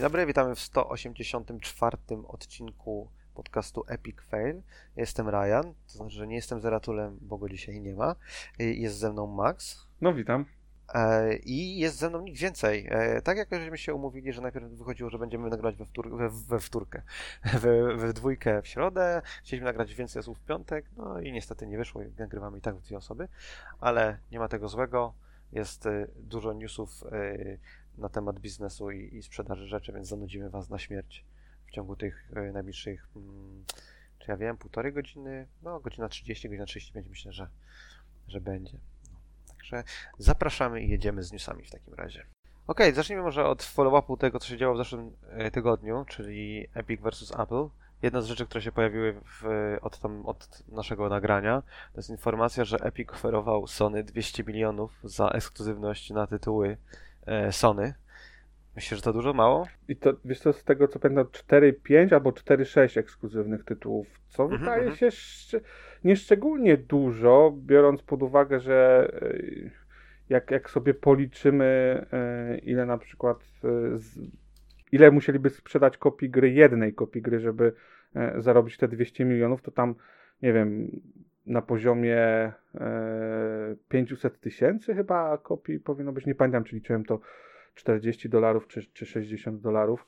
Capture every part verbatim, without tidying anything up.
dobry, witamy w sto osiemdziesiątym czwartym odcinku podcastu Epic Fail. Ja jestem Ryan, to znaczy, że nie jestem Zeratulem, bo go dzisiaj nie ma. Jest ze mną Max. No witam. I jest ze mną nikt więcej. Tak jak żeśmy się umówili, że najpierw wychodziło, że będziemy nagrywać we, wtór- we, we wtórkę, we, we dwójkę w środę. Chcieliśmy nagrać więcej osób w piątek, no i niestety nie wyszło. Nagrywamy i tak w dwie osoby, ale nie ma tego złego. Jest dużo newsów na temat biznesu i, i sprzedaży rzeczy, więc zanudzimy was na śmierć w ciągu tych y, najbliższych, mm, czy ja wiem, półtorej godziny, no godzina trzydzieści, godzina trzydzieści pięć, myślę, że, że będzie. No, także zapraszamy i jedziemy z newsami w takim razie. Ok, zacznijmy może od follow-upu tego, co się działo w zeszłym y, tygodniu, czyli Epic versus Apple. Jedna z rzeczy, które się pojawiły w, od, tam, od naszego nagrania, to jest informacja, że Epic oferował Sony dwieście milionów za ekskluzywność na tytuły Sony. Myślę, że to dużo, mało? I to, wiesz co, z tego co pamiętam, cztery pięć albo cztery sześć ekskluzywnych tytułów, co Mhm, wydaje mhm. się szcz- nieszczególnie dużo, biorąc pod uwagę, że y, jak, jak sobie policzymy, y, ile na przykład, y, z, ile musieliby sprzedać kopii gry, jednej kopii gry, żeby y, zarobić te dwieście milionów, to tam, nie wiem, na poziomie y, pięćset tysięcy chyba kopii powinno być, nie pamiętam, czy liczyłem to czterdzieści dolarów czy, czy sześćdziesiąt dolarów.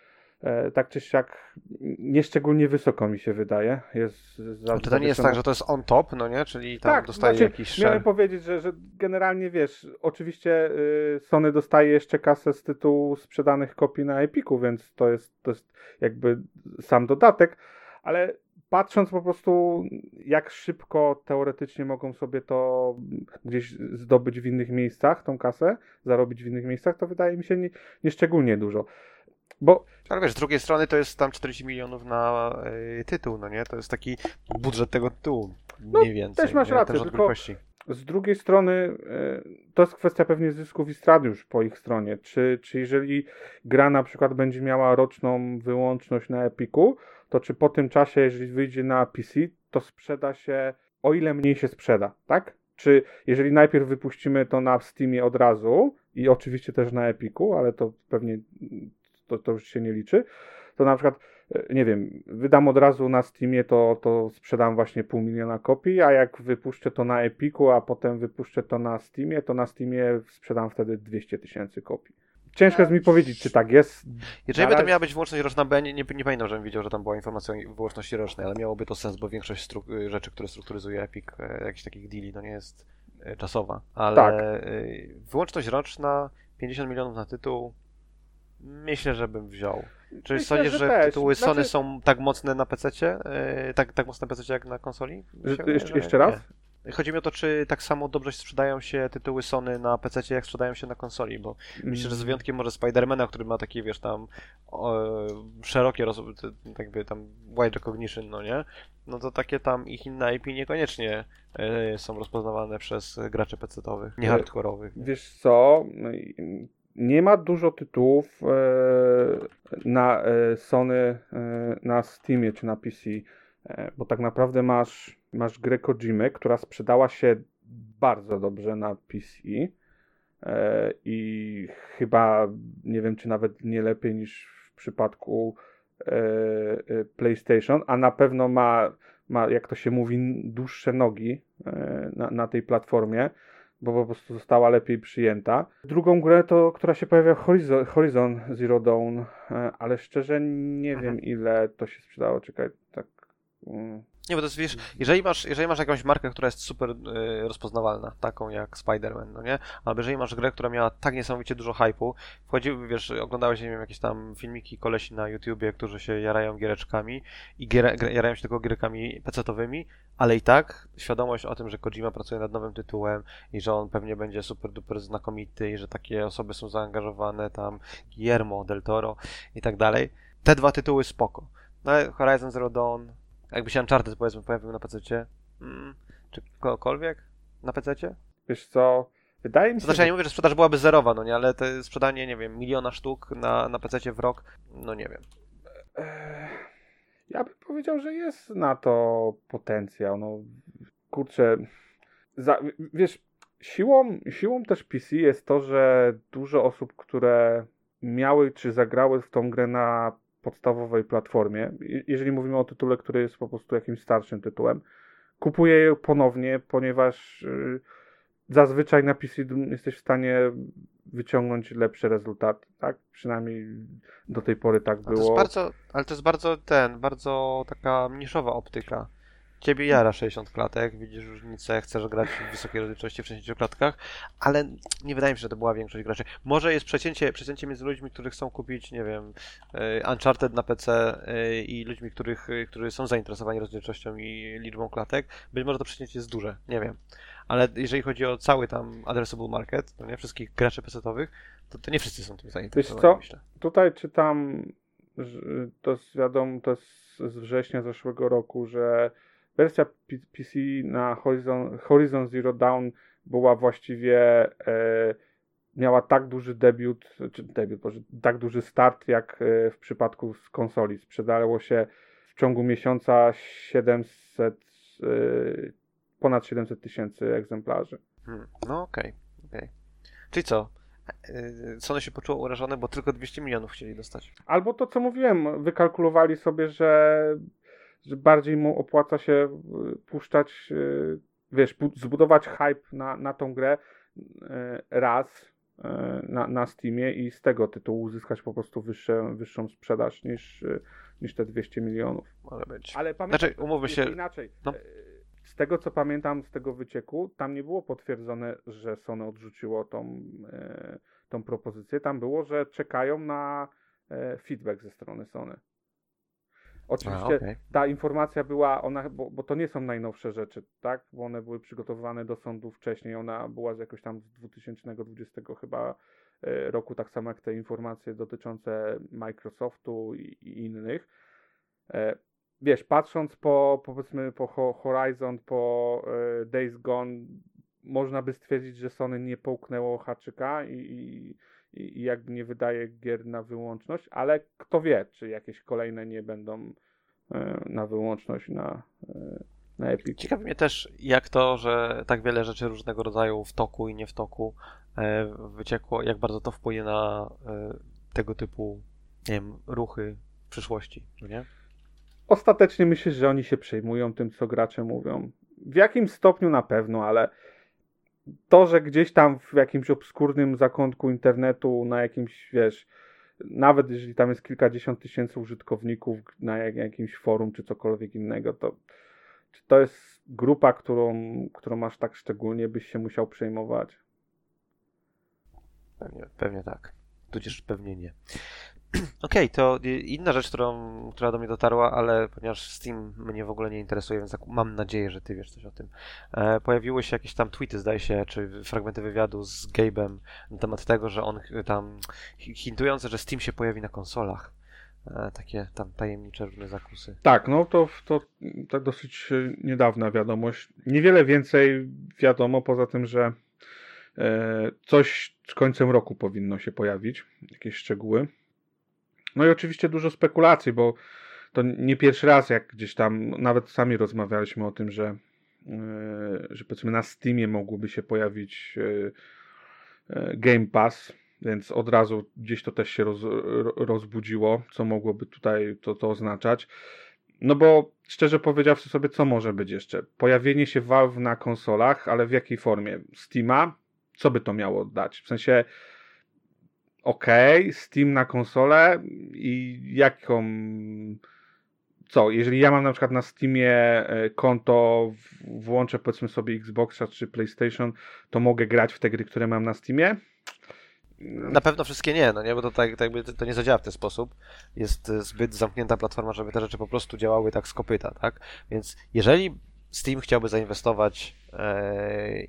E, tak czy siak nieszczególnie wysoko mi się wydaje. Jest za, Czy to nie jest tak, że to jest on top, no nie? Czyli tam tak, dostaje znaczy, jakiś miałem share. powiedzieć, że, że generalnie wiesz, oczywiście y, Sony dostaje jeszcze kasę z tytułu sprzedanych kopii na Epiku, więc to jest, to jest jakby sam dodatek, ale patrząc po prostu, jak szybko teoretycznie mogą sobie to gdzieś zdobyć w innych miejscach, tą kasę, zarobić w innych miejscach, to wydaje mi się nie, nieszczególnie dużo. Bo Ale wiesz, z drugiej strony to jest tam czterdzieści milionów na y, tytuł, no nie? To jest taki budżet tego tytułu, No, mniej więcej. też masz nie? rację, Też tylko- wielkości. z drugiej strony y, to jest kwestia pewnie zysków i strat już po ich stronie. Czy, czy jeżeli gra na przykład będzie miała roczną wyłączność na Epiku, to czy po tym czasie, jeżeli wyjdzie na P C, to sprzeda się, o ile mniej się sprzeda, tak? Czy jeżeli najpierw wypuścimy to na Steamie od razu i oczywiście też na Epiku, ale to pewnie to, to już się nie liczy, to na przykład, nie wiem, wydam od razu na Steamie, to, to sprzedam właśnie pół miliona kopii, a jak wypuszczę to na Epiku, a potem wypuszczę to na Steamie, to na Steamie sprzedam wtedy dwieście tysięcy kopii. Ciężko jest mi powiedzieć, czy tak jest. Jeżeli by Na to razie- miała być wyłączność roczna, bo ja nie, nie, nie pamiętam, żebym widział, że tam była informacja o wyłączności rocznej, ale miałoby to sens, bo większość stru- rzeczy, które strukturyzuje Epic, e, jakichś takich deali, no nie jest e, czasowa. Ale Tak. e, wyłączność roczna, pięćdziesiąt milionów na tytuł, myślę, że bym wziął. Czy Myślę, sądzisz, że że też. tytuły Sony Znaczy- są tak mocne na pececie? E, tak, tak mocne na pececie jak na konsoli? Że- Mi się wydaje, jeszcze, że jeszcze nie. raz? Chodzi mi o to, czy tak samo dobrze sprzedają się tytuły Sony na pececie, jak sprzedają się na konsoli, bo myślę, że z wyjątkiem może Spidermana, który ma takie, wiesz, tam o, szerokie, roz, jakby tam wide recognition, no nie? No to takie tam ich inne I P niekoniecznie e, są rozpoznawane przez graczy pecetowych, nie E, hardkorowych. Wiesz co, nie ma dużo tytułów e, na e, Sony, e, na Steamie czy na P C, e, bo tak naprawdę masz, masz grę Kojimy, która sprzedała się bardzo dobrze na P C e, i chyba, nie wiem czy nawet nie lepiej niż w przypadku e, e, PlayStation, a na pewno ma, ma, jak to się mówi, dłuższe nogi e, na, na tej platformie, bo po prostu została lepiej przyjęta. Drugą grę, to, która się pojawia, Horizon, Horizon Zero Dawn, e, ale szczerze nie Mhm. wiem, ile to się sprzedało. Czekaj, tak... mm. Nie, bo to jest, wiesz, jeżeli masz, jeżeli masz jakąś markę, która jest super y, rozpoznawalna, taką jak Spider-Man, no nie? Albo jeżeli masz grę, która miała tak niesamowicie dużo hype'u, wchodziły, wiesz, oglądałeś, nie wiem, jakieś tam filmiki kolesi na YouTubie, którzy się jarają giereczkami i gier, gra- jarają się tylko gierkami pecetowymi, ale i tak świadomość o tym, że Kojima pracuje nad nowym tytułem i że on pewnie będzie super duper znakomity i że takie osoby są zaangażowane, tam Guillermo del Toro i tak dalej. Te dwa tytuły spoko. No ale Horizon Zero Dawn, jakby się Uncharted, powiedzmy, pojawił na pececie, mm, czy kogokolwiek na pececie? Wiesz co, wydaje mi To się, znaczy, ja nie mówię, że sprzedaż byłaby zerowa, no nie, ale te sprzedanie, nie wiem, miliona sztuk na, na pececie w rok, no nie wiem. że... Ja bym powiedział, że jest na to potencjał. No, kurczę, za, wiesz, siłą, siłą też P C jest to, że dużo osób, które miały czy zagrały w tą grę na podstawowej platformie, jeżeli mówimy o tytule, który jest po prostu jakimś starszym tytułem, kupuję je ponownie, ponieważ yy, zazwyczaj na P C jesteś w stanie wyciągnąć lepsze rezultaty, tak? Przynajmniej do tej pory tak było. To jest bardzo, ale to jest bardzo ten, bardzo taka niszowa optyka. Ciebie jara sześćdziesiąt klatek, widzisz różnicę, chcesz grać w wysokiej rozdzielczości w sześćdziesięciu klatkach, ale nie wydaje mi się, że to była większość graczy. Może jest przecięcie, przecięcie między ludźmi, którzy chcą kupić, nie wiem, Uncharted na P C i ludźmi, których, którzy są zainteresowani rozdzielczością i liczbą klatek. Być może to przecięcie jest duże, nie wiem. Ale jeżeli chodzi o cały tam addressable market, to nie wszystkich graczy pecetowych, to, to nie wszyscy są tym zainteresowani, Wiesz co? myślę. Tutaj czytam, że to jest wiadomo, to jest z września zeszłego roku, że wersja P C na Horizon, Horizon Zero Dawn była właściwie e, miała tak duży debiut, czy debiut, może tak duży start jak e, w przypadku z konsoli. Sprzedało się w ciągu miesiąca siedemset, e, ponad siedemset tysięcy egzemplarzy. Hmm, no okej, okay, okej. Okay. Czyli co? Sony się poczuło urażone, bo tylko dwieście milionów chcieli dostać. Albo to, co mówiłem, wykalkulowali sobie, że że bardziej mu opłaca się puszczać, wiesz, zbudować hype na, na tą grę raz na, na Steamie i z tego tytułu uzyskać po prostu wyższe, wyższą sprzedaż niż, niż te dwieście milionów. Może być. Ale pamiętam, znaczy, umówmy się... inaczej. No. Z tego, co pamiętam z tego wycieku, tam nie było potwierdzone, że Sony odrzuciło tą, tą propozycję. Tam było, że czekają na feedback ze strony Sony. Oczywiście A, okay. Ta informacja była, ona, bo, bo to nie są najnowsze rzeczy, tak? Bo one były przygotowane do sądu wcześniej, ona była z jakoś tam z dwa tysiące dwudziestego chyba roku, tak samo jak te informacje dotyczące Microsoftu i, i innych. Wiesz, patrząc po, powiedzmy, po Horizon, po Days Gone, można by stwierdzić, że Sony nie połknęło haczyka i, i i jakby nie wydaje gier na wyłączność, ale kto wie, czy jakieś kolejne nie będą e, na wyłączność na, e, na Epic. Ciekawi mnie też, jak to, że tak wiele rzeczy różnego rodzaju w toku i nie w toku e, wyciekło, jak bardzo to wpłynie na e, tego typu, nie wiem, ruchy w przyszłości, nie? Ostatecznie myślę, że oni się przejmują tym, co gracze mówią. W jakim stopniu na pewno, ale to, że gdzieś tam w jakimś obskurnym zakątku internetu, na jakimś, wiesz, nawet jeżeli tam jest kilkadziesiąt tysięcy użytkowników na jakimś forum czy cokolwiek innego, to czy to jest grupa, którą, którą masz tak szczególnie byś się musiał przejmować? Pewnie, pewnie tak. Tudzież pewnie nie. Okej, okay, to inna rzecz, którą, która do mnie dotarła, ale ponieważ Steam mnie w ogóle nie interesuje, więc mam nadzieję, że ty wiesz coś o tym. E, pojawiły się jakieś tam tweety, zdaje się, czy fragmenty wywiadu z Gabe'em na temat tego, że on tam hintujące, że Steam się pojawi na konsolach. E, takie tam tajemnicze różne zakusy. Tak, no to, to tak dosyć niedawna wiadomość. Niewiele więcej wiadomo, poza tym, że e, coś z końcem roku powinno się pojawić, jakieś szczegóły. No i oczywiście dużo spekulacji, bo to nie pierwszy raz, jak gdzieś tam, nawet sami rozmawialiśmy o tym, że, yy, że powiedzmy na Steamie mogłoby się pojawić yy, yy, Game Pass, więc od razu gdzieś to też się roz, rozbudziło, co mogłoby tutaj to, to oznaczać. No bo szczerze powiedziawszy sobie, co może być jeszcze? Pojawienie się Valve na konsolach, ale w jakiej formie? Steama? Co by to miało dać? W sensie okej, okay, Steam na konsolę i jaką... Co, jeżeli ja mam na przykład na Steamie konto, włączę powiedzmy sobie Xboxa czy PlayStation, to mogę grać w te gry, które mam na Steamie? Na pewno wszystkie nie, no nie, bo to tak, tak jakby to nie zadziała w ten sposób. Jest zbyt zamknięta platforma, żeby te rzeczy po prostu działały tak z kopyta, tak? Więc jeżeli Steam chciałby zainwestować e, e,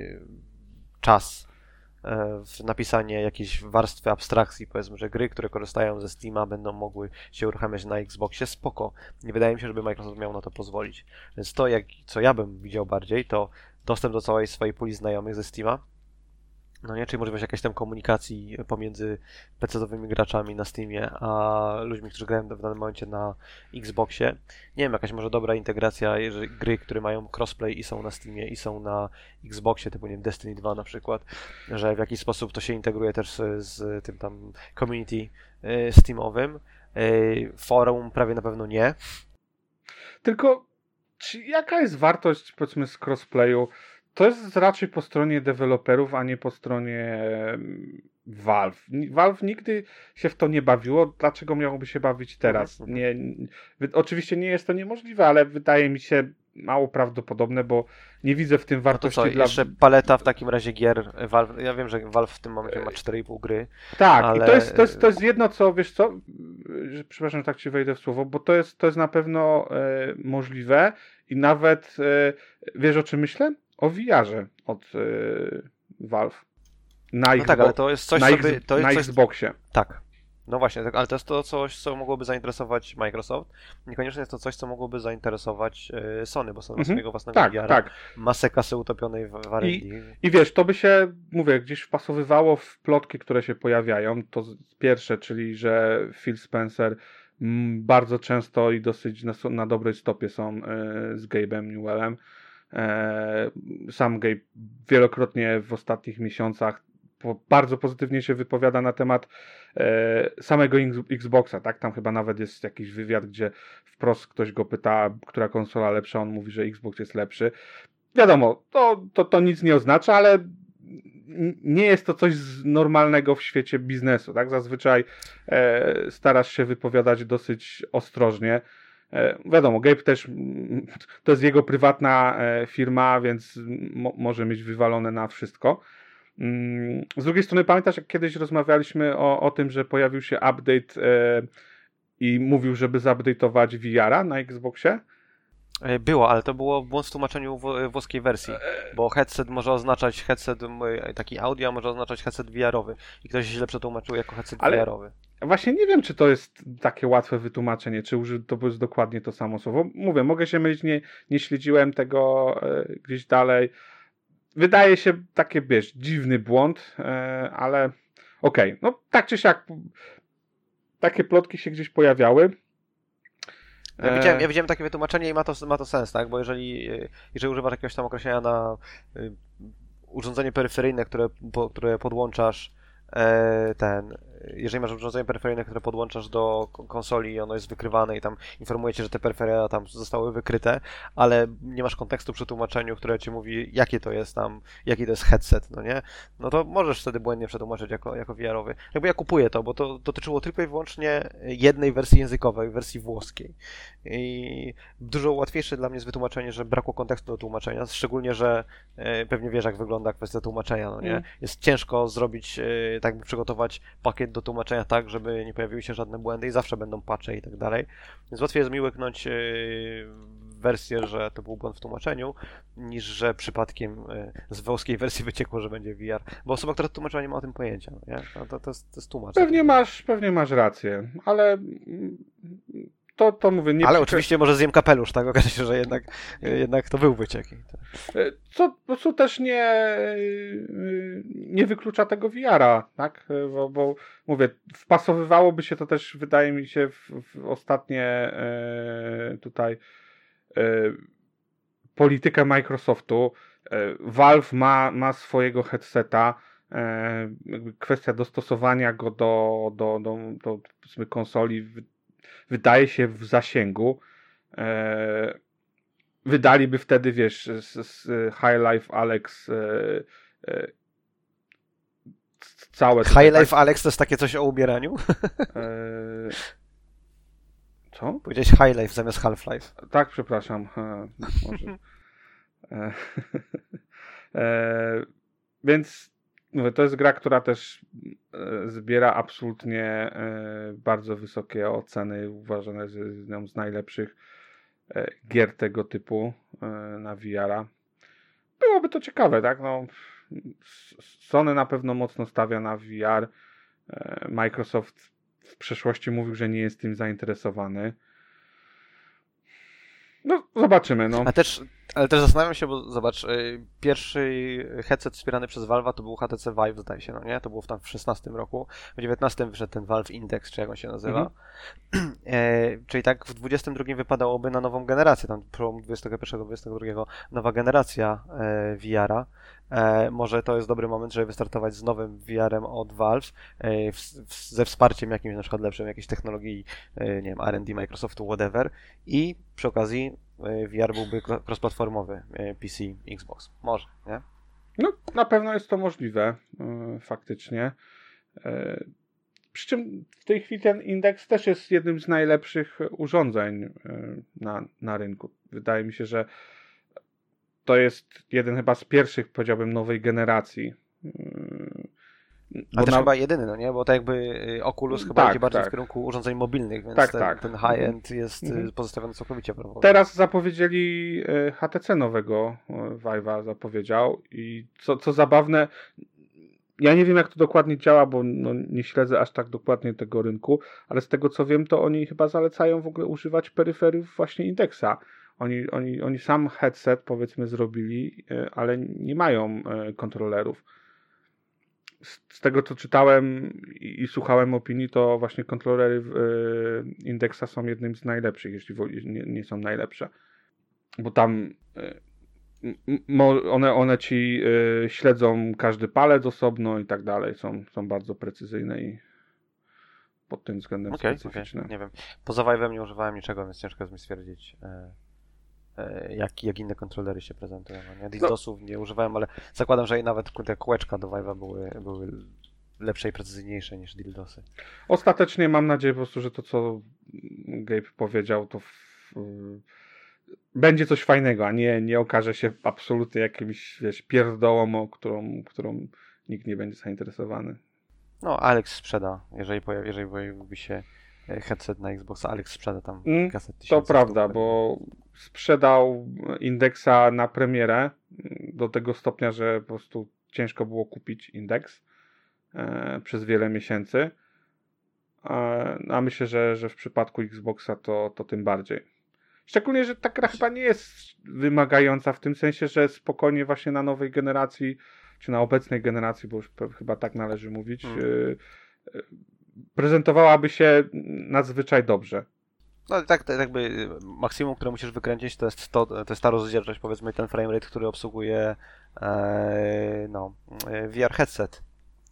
czas w napisanie jakiejś warstwy abstrakcji, powiedzmy, że gry, które korzystają ze Steama, będą mogły się uruchamiać na Xboxie, spoko. Nie wydaje mi się, żeby Microsoft miał na to pozwolić. Więc to, jak, co ja bym widział bardziej, to dostęp do całej swojej puli znajomych ze Steama, No nie, czyli możliwość jakiejś tam komunikacji pomiędzy pecetowymi graczami na Steamie, a ludźmi, którzy grają w danym momencie na Xboxie. Nie wiem, jakaś może dobra integracja, jeżeli gry, które mają crossplay i są na Steamie i są na Xboxie, typu nie wiem, Destiny dwa na przykład, że w jakiś sposób to się integruje też z, z tym tam community y, Steamowym. Y, forum prawie na pewno nie. Tylko czy jaka jest wartość, powiedzmy, z crossplayu? To jest raczej po stronie deweloperów, a nie po stronie Valve. Valve nigdy się w to nie bawiło. Dlaczego miałoby się bawić teraz? Mhm, Nie, nie, oczywiście nie jest to niemożliwe, ale wydaje mi się mało prawdopodobne, bo nie widzę w tym wartości no to co, dla... jeszcze paleta w takim razie gier Valve. Ja wiem, że Valve w tym momencie ma cztery i pół gry. Tak, ale... i to jest, to, jest, to jest jedno, co, wiesz co, że, przepraszam, że tak ci wejdę w słowo, bo to jest, to jest na pewno e, możliwe i nawet, e, wiesz o czym myślę? O V R-ze od e, Valve. Na No Xbox, tak, ale to jest coś, na, co X, by, to jest na coś... Xboxie. Tak. No właśnie, tak, ale to jest to coś, co mogłoby zainteresować Microsoft. Niekoniecznie jest to coś, co mogłoby zainteresować y, Sony, bo Sony ma Mhm. swojego własnego Tak, V R-a, tak. masę kasy utopionej w, w R and D. I, I wiesz, to by się, mówię, gdzieś wpasowywało w plotki, które się pojawiają. To z- pierwsze, czyli że Phil Spencer mm, bardzo często i dosyć na, na dobrej stopie są e, z Gabe'em Newellem. E, sam Gabe wielokrotnie w ostatnich miesiącach po, bardzo pozytywnie się wypowiada na temat e, samego X, Xboxa, tak? Tam chyba nawet jest jakiś wywiad, gdzie wprost ktoś go pyta, która konsola lepsza, on mówi, że Xbox jest lepszy. Wiadomo, to, to, to nic nie oznacza, ale n- nie jest to coś z normalnego w świecie biznesu, tak? Zazwyczaj e, starasz się wypowiadać dosyć ostrożnie. E, wiadomo, Gabe też, mm, to jest jego prywatna e, firma, więc mo- może mieć wywalone na wszystko. Mm, Z drugiej strony pamiętasz, jak kiedyś rozmawialiśmy o, o tym, że pojawił się update e, i mówił, żeby zupdate'ować V R-a na Xboxie? E, Było, ale to było błąd w tłumaczeniu wo- włoskiej wersji, bo headset może oznaczać headset m, taki audio, a może oznaczać headset V R-owy i ktoś się źle przetłumaczył jako headset Ale- V R-owy. Właśnie nie wiem, czy to jest takie łatwe wytłumaczenie, czy uży, to jest dokładnie to samo słowo. Mówię, mogę się mylić, nie, nie śledziłem tego e, gdzieś dalej. Wydaje się takie, wiesz, dziwny błąd, e, ale okej, no tak czy siak takie plotki się gdzieś pojawiały. Ja E, widziałem, ja widziałem takie wytłumaczenie i ma to, ma to sens, tak? Bo jeżeli, e, jeżeli używasz jakiegoś tam określenia na y, urządzenie peryferyjne, które, po, które podłączasz e, ten, jeżeli masz urządzenie peryferyjne, które podłączasz do ko- konsoli i ono jest wykrywane i tam informuje cię, że te peryferia tam zostały wykryte, ale nie masz kontekstu przy tłumaczeniu, które ci mówi, jakie to jest tam, jaki to jest headset, no nie? No to możesz wtedy błędnie przetłumaczyć jako, jako V R-owy. Jakby ja kupuję to, bo to dotyczyło tylko i wyłącznie jednej wersji językowej, wersji włoskiej. I dużo łatwiejsze dla mnie jest wytłumaczenie, że brakło kontekstu do tłumaczenia, szczególnie, że e, pewnie wiesz, jak wygląda kwestia tłumaczenia, no nie? Mm. Jest ciężko zrobić, e, tak by przygotować pakiet do tłumaczenia tak, żeby nie pojawiły się żadne błędy i zawsze będą patche i tak dalej. Więc łatwiej jest mi łyknąć e, wersję, że to był błąd w tłumaczeniu, niż że przypadkiem e, z włoskiej wersji wyciekło, że będzie V R. Bo osoba, która to tłumaczyła, nie ma o tym pojęcia, no nie? No to, to, jest, to jest tłumacz. pewnie masz, pewnie masz rację, ale mm, to, to mówię, nie Ale przykre- oczywiście może zjem kapelusz, tak? Okaże się, że jednak, jednak to był wyciek. Co, co też nie, nie wyklucza tego V R-a, tak? Bo, bo mówię, wpasowywałoby się to też, wydaje mi się, w, w ostatnie e, tutaj e, politykę Microsoftu. E, Valve ma, ma swojego headseta. E, jakby kwestia dostosowania go do, do, do, do powiedzmy konsoli w, wydaje się w zasięgu. E, Wydaliby wtedy, wiesz, z, z High Life Alex e, e, całe... High Life tak... Alex to jest takie coś o ubieraniu? E, co? Powiedziałeś High Life zamiast Half-Life. Tak, przepraszam. E, może. E, e, więc mówię, to jest gra, która też e, zbiera absolutnie e, bardzo wysokie oceny. Uważane jest jedną z najlepszych gier tego typu na V R-a. Byłoby to ciekawe, tak? No, Sony na pewno mocno stawia na V R. Microsoft w przeszłości mówił, że nie jest tym zainteresowany. No, zobaczymy, no. A też, ale też zastanawiam się, bo zobacz, y, pierwszy headset wspierany przez Valve'a to był H T C Vive, zdaje się, no nie? To było w tam w szesnastym roku. W dziewiętnastym wyszedł ten Valve Index, czy jak on się nazywa. Mhm. E, czyli tak w dwudziestym drugim wypadałoby na nową generację, tam przełom dwudziestego pierwszego dwudziestego drugiego nowa generacja e, V R-a. E, może to jest dobry moment, żeby wystartować z nowym V R-em od Valve, e, w, w, ze wsparciem jakimś na przykład lepszym, jakiejś technologii, e, nie wiem, R and D, Microsoftu, whatever. I przy okazji V R byłby cross-platformowy, P C, Xbox. Może, nie? No, na pewno jest to możliwe, yy, faktycznie. Yy, przy czym w tej chwili ten Index też jest jednym z najlepszych urządzeń yy, na, na rynku. Wydaje mi się, że to jest jeden chyba z pierwszych, powiedziałbym, nowej generacji. Yy, A też na... chyba jedyny, no nie? Bo tak jakby Oculus chyba tak, idzie bardziej tak. w kierunku urządzeń mobilnych, więc tak, ten, tak. ten high-end jest mhm. pozostawiony całkowicie prawidłowo. Teraz zapowiedzieli H T C nowego Vive'a, zapowiedział i co, co zabawne, ja nie wiem jak to dokładnie działa, bo no, nie śledzę aż tak dokładnie tego rynku, ale z tego co wiem, to oni chyba zalecają w ogóle używać peryferiów właśnie Indexa. Oni, oni, oni sam headset powiedzmy zrobili, ale nie mają kontrolerów. Z, z tego co czytałem i, i słuchałem opinii, to właśnie kontrolery y, Indexa są jednym z najlepszych, jeśli nie, nie są najlepsze. Bo tam y, mo, one, one ci y, śledzą każdy palec osobno i tak dalej. Są, są bardzo precyzyjne i pod tym względem okay, specyficzne. Okay. Nie wiem. Poza Vive'em nie używałem niczego, więc ciężko jest mi stwierdzić, e, e, jak, jak inne kontrolery się prezentują. Nie? DDoSów no. nie używałem, ale zakładam, że i nawet te kółeczka do Vive'a były, były lepsze i precyzyjniejsze niż DDoSy. Ostatecznie mam nadzieję po prostu, że to, co Gabe powiedział, to w, będzie coś fajnego, a nie, nie okaże się absolutnie jakimś, wiesz, pierdołą, o którą, którą nikt nie będzie zainteresowany. No, Alex sprzeda, jeżeli, pojawi, jeżeli pojawiłby się headset na Xboxa, Alex sprzeda tam mm, kilkaset tysięcy. To prawda, bo sprzedał Indexa na premierę do tego stopnia, że po prostu ciężko było kupić Index e, przez wiele miesięcy. E, a myślę, że, że w przypadku Xboxa to, to tym bardziej. Szczególnie, że ta gra chyba nie jest wymagająca w tym sensie, że spokojnie właśnie na nowej generacji, czy na obecnej generacji, bo już chyba tak należy mówić, hmm. y, y, prezentowałaby się nadzwyczaj dobrze. No tak, tak jakby maksimum, które musisz wykręcić, to jest, to, to jest ta rozdzielczość, powiedzmy ten framerate, który obsługuje e, no, V R headset.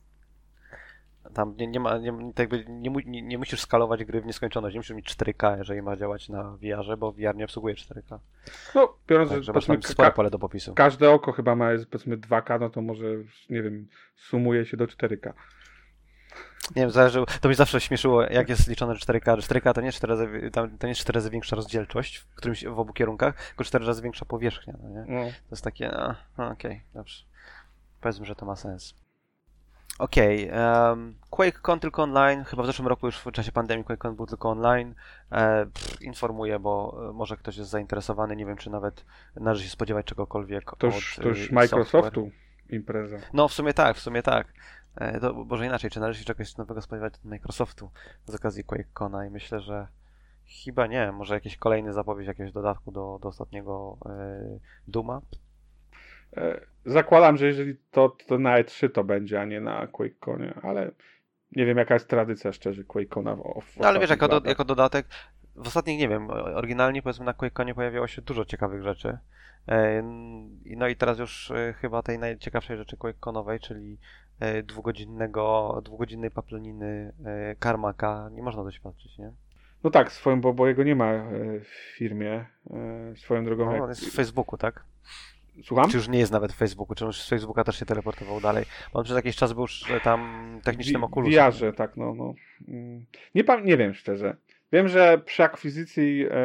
Tam nie, nie ma, nie, tak jakby nie, nie, nie musisz skalować gry w nieskończoność, nie musisz mieć cztery K, jeżeli ma działać na V R-ze, bo V R nie obsługuje cztery K. No, biorąc, tak, że masz tam spore pole do popisu. Każde oko chyba ma, powiedzmy, dwa K, no to może, nie wiem, sumuje się do cztery K. Nie wiem, zależy, to mi zawsze śmieszyło, jak jest liczone cztery K. cztery K to nie jest cztery razy, to nie jest cztery razy większa rozdzielczość w, którymś, w obu kierunkach, tylko cztery razy większa powierzchnia. No nie? No. To jest takie, a, okej, okay, dobrze. Powiedzmy, że to ma sens. Okej, okay, um, QuakeCon tylko online, chyba w zeszłym roku już w czasie pandemii QuakeCon był tylko online. E, pff, informuję, bo może ktoś jest zainteresowany, nie wiem, czy nawet należy się spodziewać czegokolwiek to od już, to już Microsoftu impreza. No, w sumie tak, w sumie tak. E, to, może inaczej, czy należy się czegoś nowego spodziewać od Microsoftu z okazji QuakeCona i myślę, że chyba nie, może jakiś kolejny zapowiedź jakiegoś dodatku do, do ostatniego e, Duma. Zakładam, że jeżeli to, to na E trzy to będzie, a nie na QuakeConie, ale nie wiem jaka jest tradycja szczerze QuakeCona. W, w no ale wiesz, jako, do, jako dodatek, w ostatnich, nie wiem, oryginalnie powiedzmy na QuakeConie pojawiało się dużo ciekawych rzeczy. No i teraz już chyba tej najciekawszej rzeczy QuakeConowej, czyli dwugodzinnego, dwugodzinnej paplaniny Carmacka, nie można doświadczyć, nie? No tak, swoją, bo, bo jego nie ma w firmie, swoją drogą. No, jak... on jest w Facebooku, tak? Słucham? Czy już nie jest nawet w Facebooku, czy już z Facebooka też się teleportował dalej? Bo on przez jakiś czas był już tam technicznym Oculusem. V R-ze, tak, no. no. Nie, nie wiem szczerze. Wiem, że przy akwizycji e,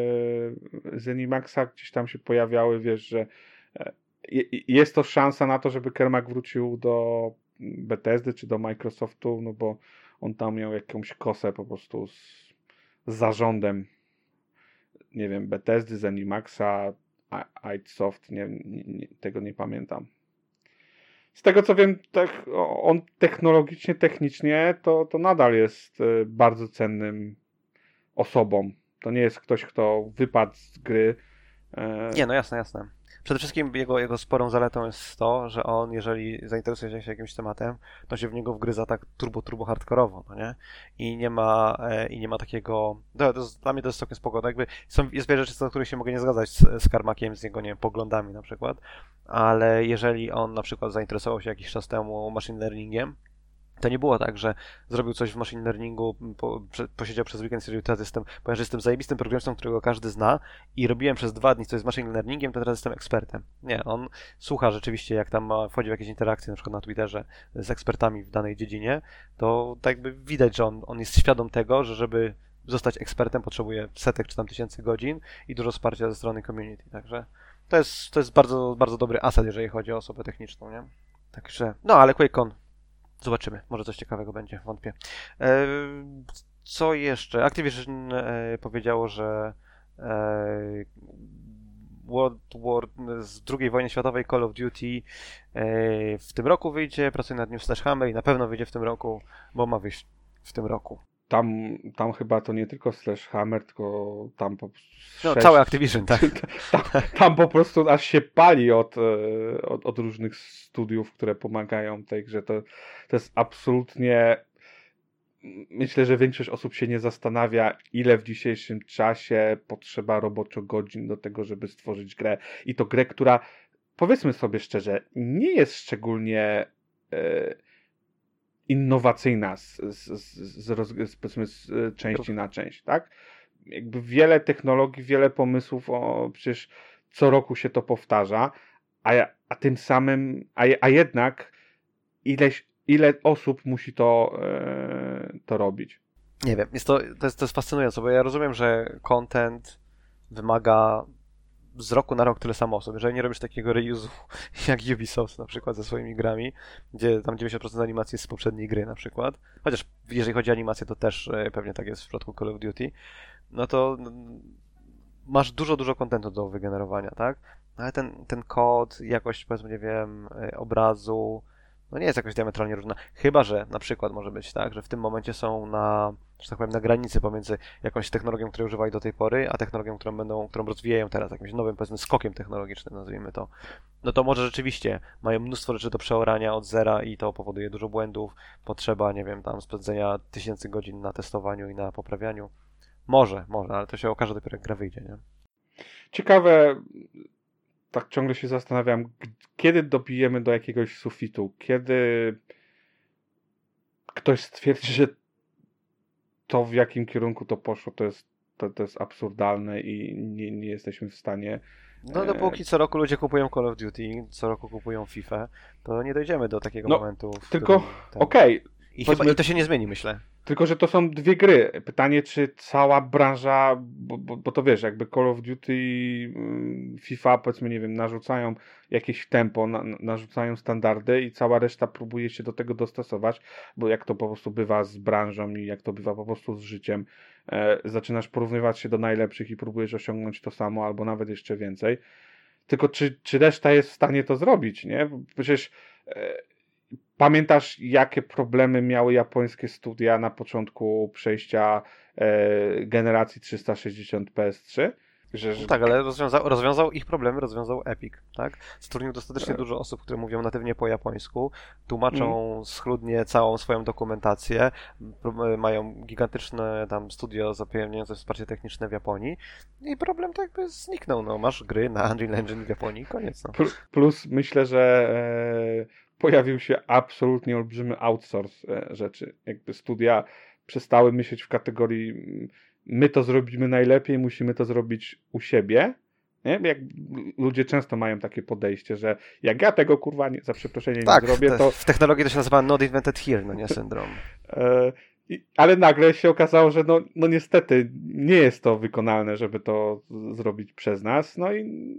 Zenimaxa gdzieś tam się pojawiały, wiesz, że e, jest to szansa na to, żeby Carmack wrócił do Bethesdy czy do Microsoftu, no bo on tam miał jakąś kosę po prostu z, z zarządem, nie wiem, Bethesdy, Zenimaxa, Idsoft, nie, nie, tego nie pamiętam. Z tego co wiem, tak, on technologicznie, technicznie to, to nadal jest bardzo cennym osobą. To nie jest ktoś, kto wypadł z gry. Nie, no jasne, jasne. Przede wszystkim jego, jego sporą zaletą jest to, że on, jeżeli zainteresuje się jakimś tematem, to się w niego wgryza tak turbo, turbo hardkorowo, no nie? I nie ma, e, i nie ma takiego... To, to jest, dla mnie to jest całkiem spoko. Jakby są, jest wiele rzeczy, co do których się mogę nie zgadzać z, z Karmakiem, z jego, nie wiem, poglądami na przykład, ale jeżeli on na przykład zainteresował się jakiś czas temu machine learningiem, to nie było tak, że zrobił coś w machine learningu, po, prze, posiedział przez weekend i stwierdził, teraz jestem, ponieważ jestem zajebistym programistą, którego każdy zna i robiłem przez dwa dni coś z machine learningiem, to teraz jestem ekspertem. Nie, on słucha rzeczywiście, jak tam wchodzi w jakieś interakcje, na przykład na Twitterze z ekspertami w danej dziedzinie, to tak jakby widać, że on, on jest świadom tego, że żeby zostać ekspertem potrzebuje setek czy tam tysięcy godzin i dużo wsparcia ze strony community, także to jest, to jest bardzo, bardzo dobry asset, jeżeli chodzi o osobę techniczną, nie? Także, no ale QuakeCon zobaczymy, może coś ciekawego będzie, wątpię. E, co jeszcze? Activision e, powiedziało, że e, World War z drugiej wojny światowej Call of Duty e, w tym roku wyjdzie, pracuje nad nim Sledgehammer i na pewno wyjdzie w tym roku, bo ma wyjść w tym roku. Tam, tam chyba to nie tylko Sledgehammer, tylko tam po prostu No, cały Activision, tak. tam, tam po prostu aż się pali od, od, od różnych studiów, które pomagają tej grze. To, to jest absolutnie... Myślę, że większość osób się nie zastanawia, ile w dzisiejszym czasie potrzeba roboczo godzin do tego, żeby stworzyć grę. I to grę, która, powiedzmy sobie szczerze, nie jest szczególnie... E, innowacyjna z, z, z, z, z, powiedzmy, z części na część, tak? Jakby wiele technologii, wiele pomysłów, o, przecież co roku się to powtarza, a, a tym samym, a, a jednak ileś, ile osób musi to, e, to robić. Nie wiem, jest to, to, jest, to jest fascynujące, bo ja rozumiem, że content wymaga z roku na rok tyle samo osób. Jeżeli nie robisz takiego reuse'u jak Ubisoft na przykład ze swoimi grami, gdzie tam dziewięćdziesiąt procent animacji jest z poprzedniej gry na przykład, chociaż jeżeli chodzi o animację, to też pewnie tak jest w przypadku Call of Duty, no to masz dużo, dużo kontentu do wygenerowania, tak? Ale ten, ten kod, jakość, powiedzmy, nie wiem, obrazu, no nie jest jakoś diametralnie różna. Chyba że na przykład może być tak, że w tym momencie są na, że tak powiem, na granicy pomiędzy jakąś technologią, której używali do tej pory, a technologią, którą będą, którą rozwijają teraz, jakimś nowym, powiedzmy, skokiem technologicznym, nazwijmy to. No to może rzeczywiście mają mnóstwo rzeczy do przeorania od zera i to powoduje dużo błędów. Potrzeba, nie wiem, tam spędzenia tysięcy godzin na testowaniu i na poprawianiu. Może, może, ale to się okaże dopiero jak gra wyjdzie, nie? Ciekawe, tak ciągle się zastanawiam, kiedy dobijemy do jakiegoś sufitu, kiedy ktoś stwierdzi, że to, w jakim kierunku to poszło, to jest, to, to jest absurdalne i nie, nie jesteśmy w stanie... No dopóki co roku ludzie kupują Call of Duty, co roku kupują FIFA, to nie dojdziemy do takiego no, momentu. W tylko, ten... okej. Okay. I, chyba, I to się nie zmieni, myślę. Tylko, że to są dwie gry. Pytanie, czy cała branża, bo, bo, bo to wiesz, jakby Call of Duty, FIFA, powiedzmy, nie wiem, narzucają jakieś tempo, na, narzucają standardy i cała reszta próbuje się do tego dostosować, bo jak to po prostu bywa z branżą i jak to bywa po prostu z życiem, e, zaczynasz porównywać się do najlepszych i próbujesz osiągnąć to samo albo nawet jeszcze więcej. Tylko czy, czy reszta jest w stanie to zrobić, nie? Przecież e, pamiętasz, jakie problemy miały japońskie studia na początku przejścia e, generacji trzysta sześćdziesiąt P S trzy? Że, że... No tak, ale rozwiązał, rozwiązał ich problemy, rozwiązał Epic, tak? Zatrudnił dostatecznie dużo osób, które mówią natywnie po japońsku, tłumaczą mm. schludnie całą swoją dokumentację, mają gigantyczne tam studio zapewniające wsparcie techniczne w Japonii i problem tak jakby zniknął, no masz gry na Unreal Engine w Japonii, koniec. No. Plus myślę, że e... pojawił się absolutnie olbrzymy outsource rzeczy. Jakby studia przestały myśleć w kategorii my to zrobimy najlepiej, musimy to zrobić u siebie. Nie? Jak ludzie często mają takie podejście, że jak ja tego kurwa nie, za przeproszeniem tak, nie zrobię, te, to... w technologii to się nazywa not invented here, no nie syndrom. e, i, ale nagle się okazało, że no, no niestety nie jest to wykonalne, żeby to zrobić przez nas. No i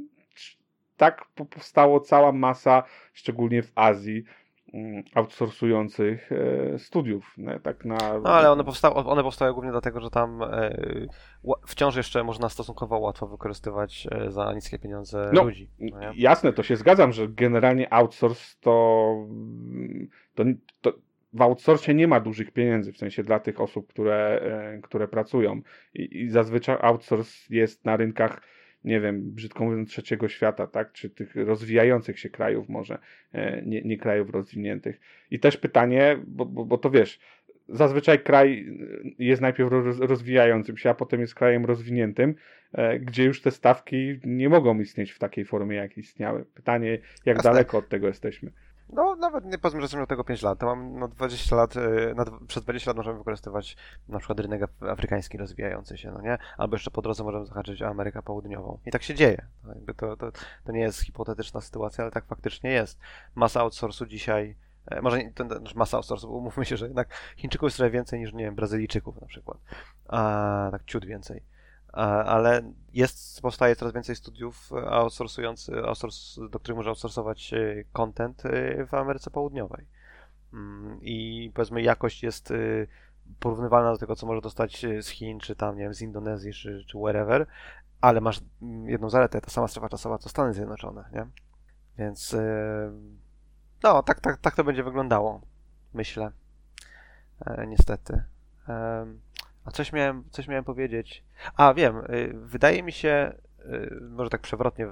tak powstało cała masa, szczególnie w Azji, outsourcujących e, studiów. Nie? Tak na... No ale one powstały, one powstały głównie dlatego, że tam e, wciąż jeszcze można stosunkowo łatwo wykorzystywać e, za niskie pieniądze no, ludzi. No jasne, to się zgadzam, że generalnie outsource to, to, to w outsourcie nie ma dużych pieniędzy, w sensie dla tych osób, które, które pracują. I, i zazwyczaj outsource jest na rynkach, nie wiem, brzydko mówiąc, trzeciego świata, tak? Czy tych rozwijających się krajów może, nie, nie krajów rozwiniętych. I też pytanie, bo, bo, bo to wiesz, zazwyczaj kraj jest najpierw rozwijającym się, a potem jest krajem rozwiniętym, gdzie już te stawki nie mogą istnieć w takiej formie, jak istniały. Pytanie, jak Jasne. daleko od tego jesteśmy. No nawet nie powiedzmy, że jestem do tego pięć lat, to mam no dwadzieścia lat, na, przez dwadzieścia lat możemy wykorzystywać na przykład rynek afrykański rozwijający się, no nie? Albo jeszcze po drodze możemy zahaczyć o Amerykę Południową. I tak się dzieje. To, to, to, to nie jest hipotetyczna sytuacja, ale tak faktycznie jest. Masa outsourcu dzisiaj, może nie, to, to, masa outsourcu, bo umówmy się, że jednak Chińczyków jest trochę więcej niż, nie wiem, Brazylijczyków na przykład. A, tak ciut więcej. Ale jest, powstaje coraz więcej studiów outsourcujących, outsource, do których można outsourcować content w Ameryce Południowej. I powiedzmy jakość jest porównywalna do tego, co może dostać z Chin, czy tam, nie wiem, z Indonezji, czy, czy wherever, ale masz jedną zaletę, ta sama strefa czasowa, co Stany Zjednoczone, nie? Więc no, tak, tak, tak to będzie wyglądało, myślę. Niestety. A coś miałem, coś miałem powiedzieć. A, wiem, wydaje mi się, może tak przewrotnie,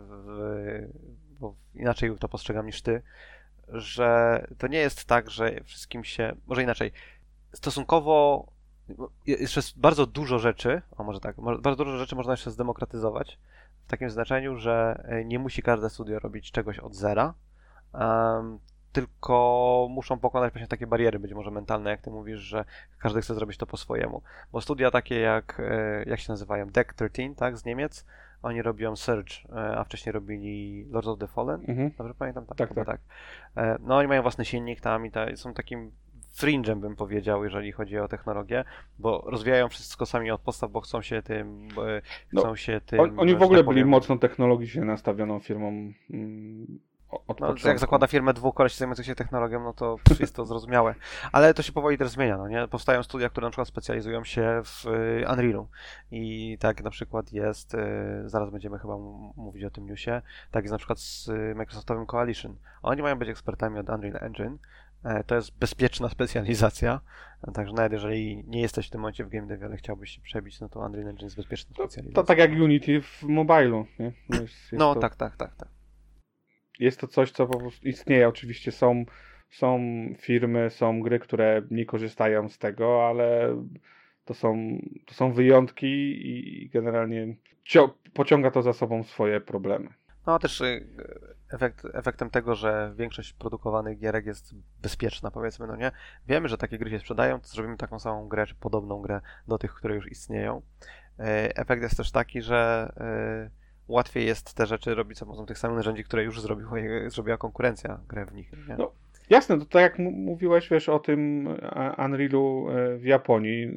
bo inaczej to postrzegam niż ty, że to nie jest tak, że wszystkim się, może inaczej, stosunkowo jeszcze bardzo dużo rzeczy, o może tak, bardzo dużo rzeczy można jeszcze zdemokratyzować, w takim znaczeniu, że nie musi każde studio robić czegoś od zera, um, tylko muszą pokonać właśnie takie bariery, być może mentalne, jak ty mówisz, że każdy chce zrobić to po swojemu. Bo studia takie jak, jak się nazywają, Deck trzynaście, tak, z Niemiec, oni robią Surge, a wcześniej robili Lords of the Fallen, mhm. Dobrze pamiętam? Tak, tak, tak. tak. No oni mają własny silnik tam i ta, są takim fringe'em, bym powiedział, jeżeli chodzi o technologię, bo rozwijają wszystko sami od podstaw, bo chcą się tym, chcą no, się tym... On, oni w ogóle tak byli mocno technologicznie nastawioną firmą. Mm. No, jak zakłada firmę dwóch koleś zajmujących się technologią, no to jest to zrozumiałe. Ale to się powoli też zmienia, no nie? Powstają studia, które na przykład specjalizują się w Unrealu. I tak na przykład jest, zaraz będziemy chyba mówić o tym newsie, tak jest na przykład z Microsoftowym Coalition. Oni mają być ekspertami od Unreal Engine. To jest bezpieczna specjalizacja, także nawet jeżeli nie jesteś w tym momencie w game devie, ale chciałbyś się przebić, no to Unreal Engine jest bezpieczną specjalizacją. To, to tak jak Unity w mobilu, nie? Jest, jest no to... tak, tak, tak, tak. Jest to coś, co po prostu istnieje. Oczywiście są, są firmy, są gry, które nie korzystają z tego, ale to są, to są wyjątki i generalnie pociąga to za sobą swoje problemy. No też efekt, efektem tego, że większość produkowanych gierek jest bezpieczna, powiedzmy, no nie? Wiemy, że takie gry się sprzedają, to zrobimy taką samą grę, czy podobną grę do tych, które już istnieją. Efekt jest też taki, że łatwiej jest te rzeczy robić za pomocą tych samych narzędzi, które już zrobiła, zrobiła konkurencja, grę w nich. Nie? No, jasne, to tak jak m- mówiłeś, wiesz, o tym Unrealu w Japonii,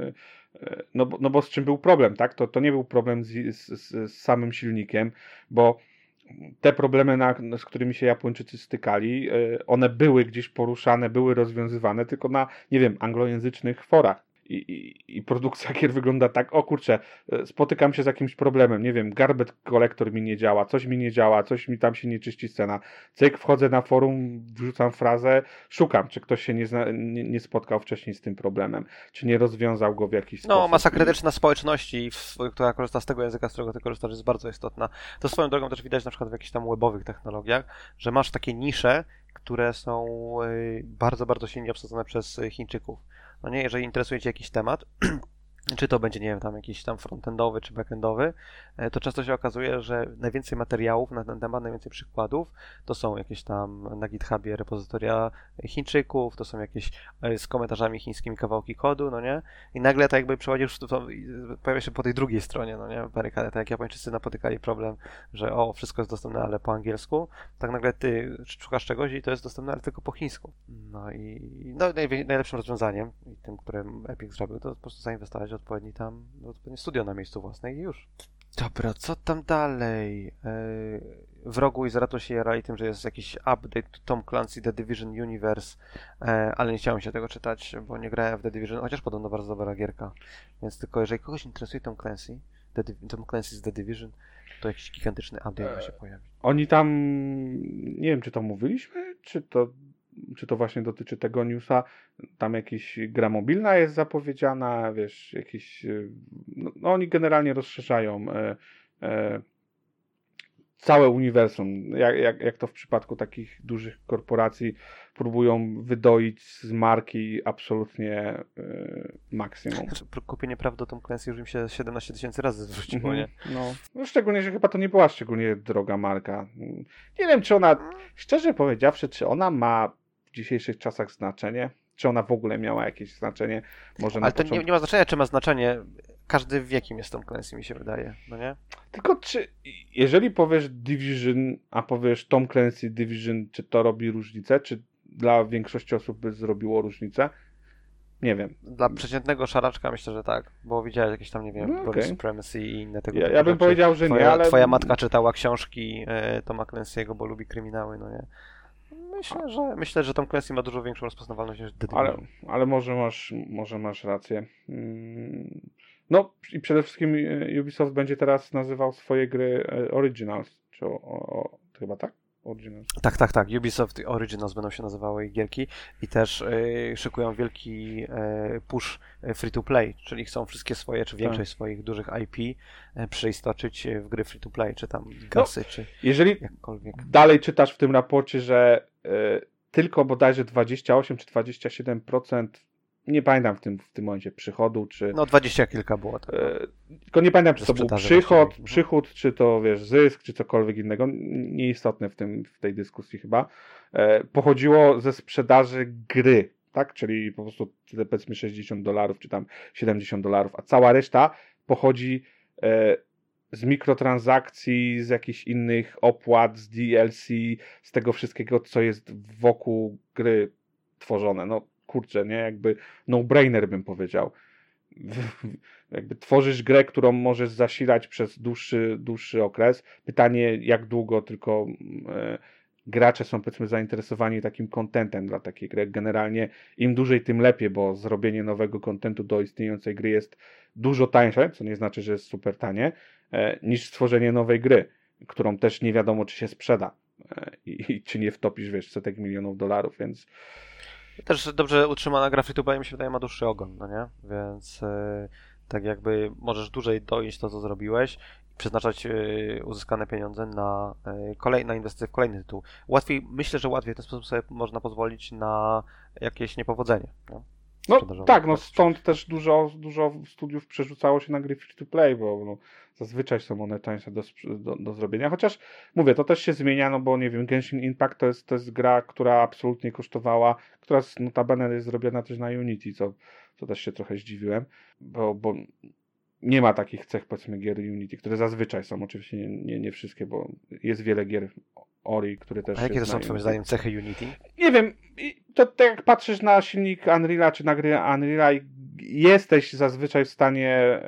no bo, no bo z czym był problem, tak? To, to nie był problem z, z, z samym silnikiem, bo te problemy, na, z którymi się Japończycy stykali, one były gdzieś poruszane, były rozwiązywane, tylko na, nie wiem, anglojęzycznych forach. I, i, I produkcja gier wygląda tak, o kurczę, spotykam się z jakimś problemem, nie wiem, garbage collector mi nie działa, coś mi nie działa, coś mi tam się nie czyści scena. Cyk, wchodzę na forum, wrzucam frazę, szukam, czy ktoś się nie, zna, nie, nie spotkał wcześniej z tym problemem, czy nie rozwiązał go w jakiś sposób. No, masa krytyczna społeczności, która korzysta z tego języka, z którego ty korzystasz, jest bardzo istotna. To swoją drogą też widać na przykład w jakichś tam webowych technologiach, że masz takie nisze, które są bardzo, bardzo silnie obsadzone przez Chińczyków. No nie, jeżeli interesuje cię jakiś temat, czy to będzie, nie wiem, tam jakiś tam frontendowy, czy backendowy, to często się okazuje, że najwięcej materiałów na ten temat, najwięcej przykładów, to są jakieś tam na GitHubie repozytoria Chińczyków, to są jakieś z komentarzami chińskimi kawałki kodu, no nie? I nagle tak jakby przechodzisz, to pojawia się po tej drugiej stronie, no nie? Barykady, tak jak Japończycy napotykali problem, że o, wszystko jest dostępne, ale po angielsku, tak nagle ty szukasz czegoś i to jest dostępne, ale tylko po chińsku. No i no, naj, najlepszym rozwiązaniem, i tym, którym Epic zrobił, to po prostu zainwestować odpowiedni tam, odpowiednie studio na miejscu własnej i już. Dobra, co tam dalej? W rogu i zaratuł się jarali tym, że jest jakiś update to Tom Clancy The Division Universe, ale nie chciałem się tego czytać, bo nie grałem w The Division, chociaż podobno bardzo dobra gierka. Więc tylko jeżeli kogoś interesuje Tom Clancy, The Div- Tom Clancy's The Division, to jakiś gigantyczny update ma się pojawić. Oni tam, nie wiem, czy to mówiliśmy, czy to czy to właśnie dotyczy tego newsa, tam jakaś gra mobilna jest zapowiedziana, wiesz, jakiś, no, no oni generalnie rozszerzają e, e, całe uniwersum, jak, jak, jak to w przypadku takich dużych korporacji, próbują wydoić z marki absolutnie y, maksimum. Kupienie praw do Tom Clancy już im się siedemnaście tysięcy razy zwróciło, mm-hmm. nie? No. no, szczególnie, że chyba to nie była szczególnie droga marka. Nie wiem, czy ona, szczerze powiedziawszy, czy ona ma w dzisiejszych czasach znaczenie? Czy ona w ogóle miała jakieś znaczenie? Może Ale na to początku... nie, nie ma znaczenia, czy ma znaczenie. Każdy wie, kim jest Tom Clancy, mi się wydaje, no nie? Tylko czy, jeżeli powiesz Division, a powiesz Tom Clancy Division, czy to robi różnicę? Czy dla większości osób by zrobiło różnicę? Nie wiem. Dla przeciętnego szaraczka myślę, że tak, bo widziałeś jakieś tam, nie wiem, no, Body okay. Supremacy i inne tego ja, typu ja bym rzeczy. powiedział, że twoja, nie, ale... Twoja matka czytała książki e, Toma Clancy'ego, bo lubi kryminały, no nie? Myślę, że myślę, że Tom Clancy ma dużo większą rozpoznawalność niż The ale, ale może masz, może masz rację. Hmm. No i przede wszystkim Ubisoft będzie teraz nazywał swoje gry Originals, czy o, o, chyba tak? Originals. Tak, tak, tak. Ubisoft Originals będą się nazywały gierki i też y, szykują wielki y, push free-to-play, czyli chcą wszystkie swoje, czy większość tak. swoich dużych I P y, przeistoczyć w gry free-to-play, czy tam gasy, no, czy jeżeli jakkolwiek. Dalej czytasz w tym raporcie, że y, tylko bodajże dwadzieścia osiem czy dwadzieścia siedem procent, nie pamiętam w tym, w tym momencie przychodu, czy... No dwadzieścia kilka było. Tak, y, tylko nie pamiętam, czy to był przychod, przychód, czy to wiesz, zysk, czy cokolwiek innego, nieistotne w, tym, w tej dyskusji chyba, y, pochodziło ze sprzedaży gry, tak? Czyli po prostu powiedzmy sześćdziesiąt dolarów, czy tam siedemdziesiąt dolarów, a cała reszta pochodzi y, z mikrotransakcji, z jakichś innych opłat, z D L C, z tego wszystkiego, co jest wokół gry tworzone. No kurczę, nie? Jakby no-brainer bym powiedział. Jakby tworzysz grę, którą możesz zasilać przez dłuższy, dłuższy okres. Pytanie, jak długo tylko e, gracze są powiedzmy zainteresowani takim contentem dla takiej gry. Generalnie im dłużej, tym lepiej, bo zrobienie nowego contentu do istniejącej gry jest dużo tańsze, co nie znaczy, że jest super tanie, e, niż stworzenie nowej gry, którą też nie wiadomo, czy się sprzeda e, i, i czy nie wtopisz, wiesz, setek milionów dolarów, więc też dobrze utrzymana gra free-to-play, mi się wydaje, ma dłuższy ogon, no nie? Więc yy, tak jakby możesz dłużej doiść to, co zrobiłeś i przeznaczać yy, uzyskane pieniądze na, yy, kolej, na inwestycje w kolejny tytuł. Łatwiej, myślę, że łatwiej w ten sposób sobie można pozwolić na jakieś niepowodzenie. No, no tak, no stąd też dużo, dużo studiów przerzucało się na gry free-to-play, bo no, zazwyczaj są one tańsze do, do, do zrobienia, chociaż mówię, to też się zmienia, no bo nie wiem, Genshin Impact to jest, to jest gra, która absolutnie kosztowała, która notabene jest zrobiona też na Unity, co, co też się trochę zdziwiłem, bo, bo nie ma takich cech, powiedzmy, gier Unity, które zazwyczaj są, oczywiście nie, nie, nie wszystkie, bo jest wiele gier Ori, które też... A jakie to są twoim zdaniem cechy Unity? Nie wiem, to tak jak patrzysz na silnik Unreal'a czy na gry Unreal'a, jesteś zazwyczaj w stanie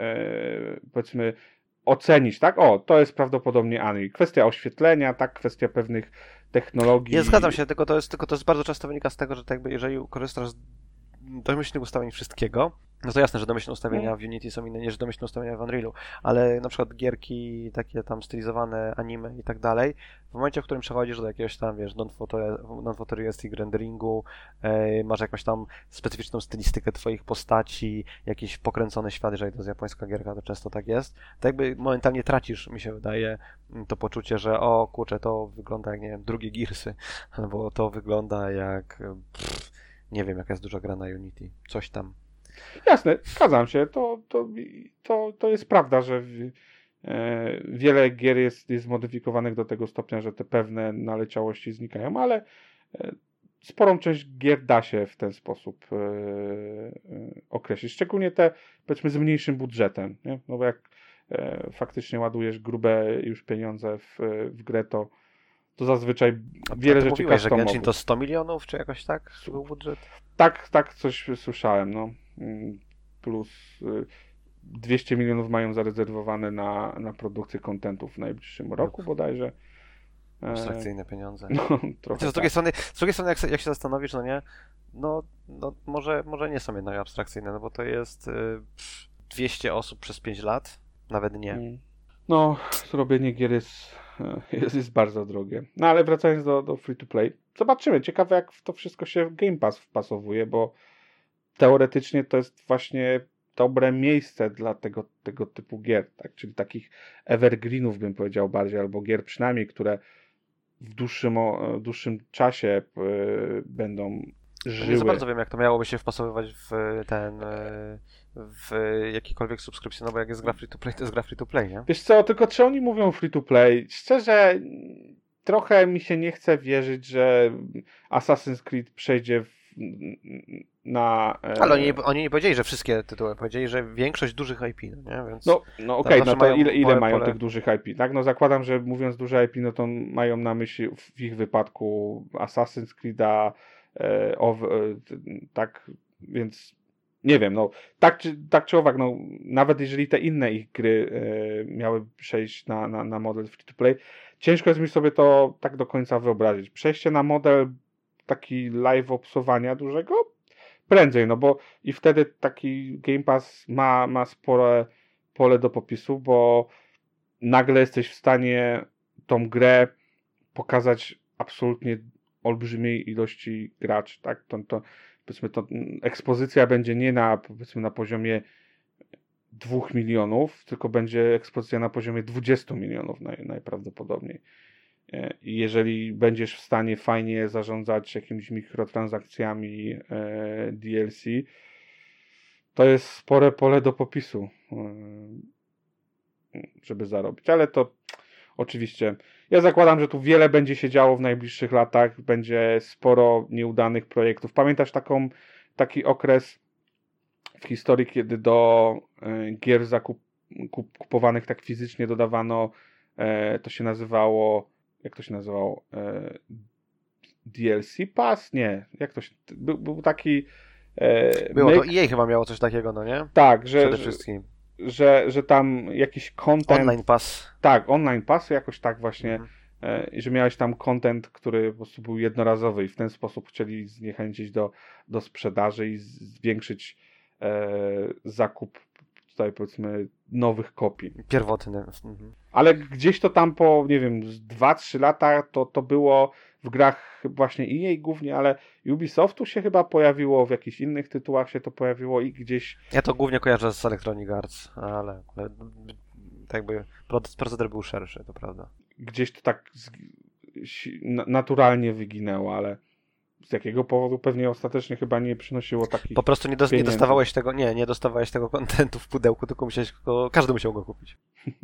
e, powiedzmy ocenić, tak? O, to jest prawdopodobnie Unreal. Kwestia oświetlenia, tak? Kwestia pewnych technologii. Ja zgadzam się, tylko to jest, tylko to jest bardzo często wynika z tego, że tak jakby jeżeli korzystasz z domyślnych ustawień wszystkiego, no to jasne, że domyślne ustawienia w Unity są inne niż domyślne ustawienia w Unrealu, ale na przykład gierki takie tam stylizowane, anime i tak dalej, w momencie, w którym przechodzisz do jakiegoś tam, wiesz, non-photorealistic renderingu, yy, masz jakąś tam specyficzną stylistykę twoich postaci, jakiś pokręcony świat, jeżeli to jest japońska gierka, to często tak jest, to jakby momentalnie tracisz, mi się wydaje, to poczucie, że o kurczę, to wygląda jak, nie wiem, drugie Gearsy, albo to wygląda jak... Pff, nie wiem, jaka jest duża gra na Unity. Coś tam. Jasne, zgadzam się. To, to, to, to jest prawda, że w, e, wiele gier jest, jest zmodyfikowanych do tego stopnia, że te pewne naleciałości znikają, ale e, sporą część gier da się w ten sposób e, e, określić. Szczególnie te, powiedzmy, z mniejszym budżetem. Nie? No bo jak e, faktycznie ładujesz grube już pieniądze w, w grę, to to zazwyczaj wiele rzeczy mówiłeś, że Genshin to sto milionów, czy jakoś tak był budżet? Tak, tak, coś słyszałem, no. Plus dwieście milionów mają zarezerwowane na, na produkcję kontentu w najbliższym roku bodajże. Abstrakcyjne pieniądze. No, trochę z, drugiej tak. strony, z drugiej strony, jak, jak się zastanowisz, no nie, no, no może, może nie są jednak abstrakcyjne, no bo to jest y, dwieście osób przez pięć lat, nawet nie. No, zrobienie gier jest, jest, jest bardzo drogie. No ale wracając do, do free to play, zobaczymy. Ciekawe, jak w to wszystko się w Game Pass wpasowuje, bo teoretycznie to jest właśnie dobre miejsce dla tego, tego typu gier, tak? Czyli takich evergreenów, bym powiedział bardziej, albo gier przynajmniej, które w dłuższym, w dłuższym czasie yy, będą żyły. Nie za bardzo wiem, jak to miałoby się wpasowywać w ten, w jakikolwiek subskrypcję, no bo jak jest gra free to play, to jest gra free to play, nie? Wiesz co, tylko czy oni mówią free to play? Szczerze, trochę mi się nie chce wierzyć, że Assassin's Creed przejdzie w, na... E... Ale oni, oni nie powiedzieli, że wszystkie tytuły, powiedzieli, że większość dużych I P, no nie? Więc no no okej, okay, no to ile, ile mają pole... tych dużych I P, tak? No zakładam, że mówiąc duże I P, no to mają na myśli w ich wypadku Assassin's Creed'a, e, of, e, tak, więc nie wiem, no tak czy, tak czy owak, no nawet jeżeli te inne ich gry e, miały przejść na, na, na model free to play, ciężko jest mi sobie to tak do końca wyobrazić. Przejście na model taki live opsowania dużego prędzej, no bo i wtedy taki Game Pass ma, ma spore pole do popisu, bo nagle jesteś w stanie tą grę pokazać absolutnie olbrzymiej ilości graczy, tak? To, to, powiedzmy, to ekspozycja będzie nie na, powiedzmy, na poziomie dwóch milionów, tylko będzie ekspozycja na poziomie dwudziestu milionów naj, najprawdopodobniej. I jeżeli będziesz w stanie fajnie zarządzać jakimiś mikrotransakcjami e, D L C, to jest spore pole do popisu, e, żeby zarobić. Ale to oczywiście, ja zakładam, że tu wiele będzie się działo w najbliższych latach, będzie sporo nieudanych projektów. Pamiętasz taką, taki okres w historii, kiedy do e, gier zakup, kup, kupowanych tak fizycznie dodawano, e, to się nazywało jak to się nazywało? E, D L C Pass? Nie. Jak to się... Był, był taki... E, Było, make... to E A chyba miało coś takiego, no nie? Tak, że... Przede wszystkim. Że, że, że tam jakiś content... Online Pass. Tak, online pass, jakoś tak właśnie, mhm. e, że miałeś tam content, który po prostu był jednorazowy i w ten sposób chcieli zniechęcić do, do sprzedaży i zwiększyć e, zakup tutaj powiedzmy nowych kopii. Pierwotny. Mhm. Ale gdzieś to tam po, nie wiem, dwa trzy lata to, to było w grach właśnie E A głównie, ale Ubisoftu się chyba pojawiło, w jakichś innych tytułach się to pojawiło i gdzieś... Ja to głównie kojarzę z Electronic Arts, ale, ale tak jakby proceder był szerszy, to prawda. Gdzieś to tak z, naturalnie wyginęło, ale z jakiego powodu pewnie ostatecznie chyba nie przynosiło takich Po prostu nie, do, nie dostawałeś tego, nie, nie dostawałeś tego kontentu w pudełku, tylko musiałeś go, każdy musiał go kupić.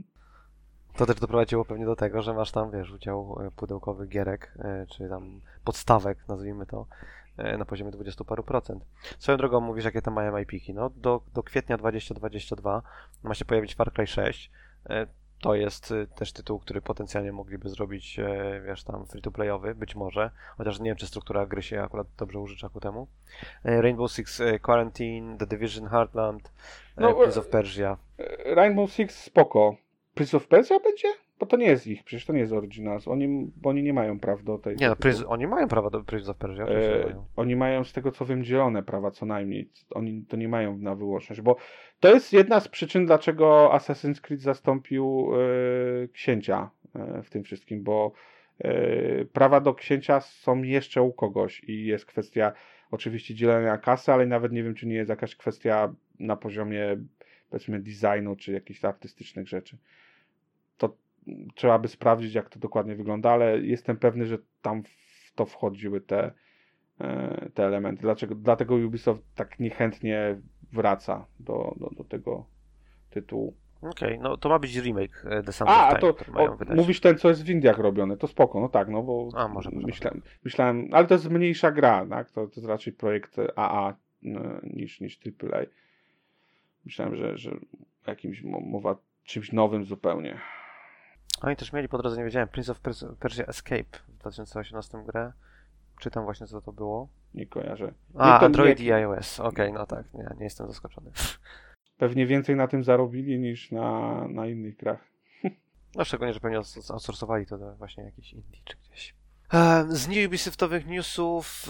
To też doprowadziło pewnie do tego, że masz tam, wiesz, udział pudełkowych gierek, czy tam podstawek, nazwijmy to, na poziomie dwudziestu paru procent. Swoją drogą mówisz, jakie tam mają I P-ki. No, do, do kwietnia dwa tysiące dwudziestego drugiego ma się pojawić Far Cry sześć. To jest też tytuł, który potencjalnie mogliby zrobić, wiesz, tam free-to-playowy, być może, chociaż nie wiem, czy struktura gry się akurat dobrze użycza ku temu. Rainbow Six Quarantine, The Division Heartland, no, Prince of Persia. Rainbow Six spoko. Prince of Persia będzie? Bo to nie jest ich, przecież to nie jest Originals. Oni, bo oni nie mają praw do tej... Nie no, Prince, oni mają prawa do Prince of Persia. E, mają. Oni mają, z tego co wiem, dzielone prawa co najmniej. Oni to nie mają na wyłączność, bo to jest jedna z przyczyn, dlaczego Assassin's Creed zastąpił e, księcia e, w tym wszystkim, bo e, prawa do księcia są jeszcze u kogoś i jest kwestia oczywiście dzielenia kasy, ale nawet nie wiem, czy nie jest jakaś kwestia na poziomie, powiedzmy, designu, czy jakichś artystycznych rzeczy. To trzeba by sprawdzić, jak to dokładnie wygląda, ale jestem pewny, że tam w to wchodziły te, te elementy. Dlaczego? Dlatego Ubisoft tak niechętnie wraca do, do, do tego tytułu. Okej, okay, no to ma być remake The Sands A, of Time, to który mają o, wydać. Mówisz ten, co jest w Indiach robione, to spoko, no tak, no bo A, może, może, myślałem, może. myślałem, ale to jest mniejsza gra, tak? To, to jest raczej projekt A A niż, niż triple A. Myślałem, że, że jakimś mowa czymś nowym zupełnie. Oni też mieli po drodze, nie wiedziałem, Prince of Persia Escape w dwa tysiące osiemnastym grę. Czytam właśnie, co to było. Nie kojarzę. A, nie, Android nie... i iOS. Okej, okay, no tak, nie, nie jestem zaskoczony. Pewnie więcej na tym zarobili niż na, na innych grach. No szczególnie, że pewnie outsourcowali to do właśnie jakiejś Indii czy gdzieś. Z new Ubisoftowych newsów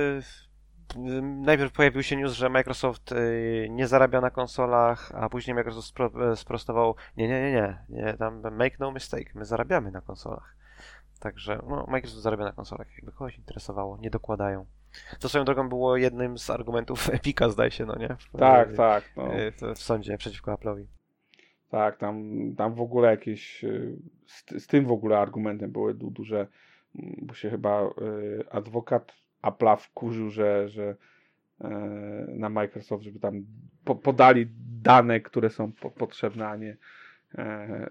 najpierw pojawił się news, że Microsoft nie zarabia na konsolach, a później Microsoft spro- sprostował nie, nie, nie, nie, nie, tam make no mistake, my zarabiamy na konsolach. Także no, Microsoft zarabia na konsolach, jakby kogoś interesowało, nie dokładają. To swoją drogą było jednym z argumentów Epica, zdaje się, no nie? W, Tak, w, tak. No. w, w sądzie przeciwko Apple'owi. Tak, tam, tam w ogóle jakieś, z, z tym w ogóle argumentem były du- duże, bo się chyba y, adwokat Apple'a wkurzył, że, że y, na Microsoft, żeby tam po, podali dane, które są po, potrzebne, a nie y,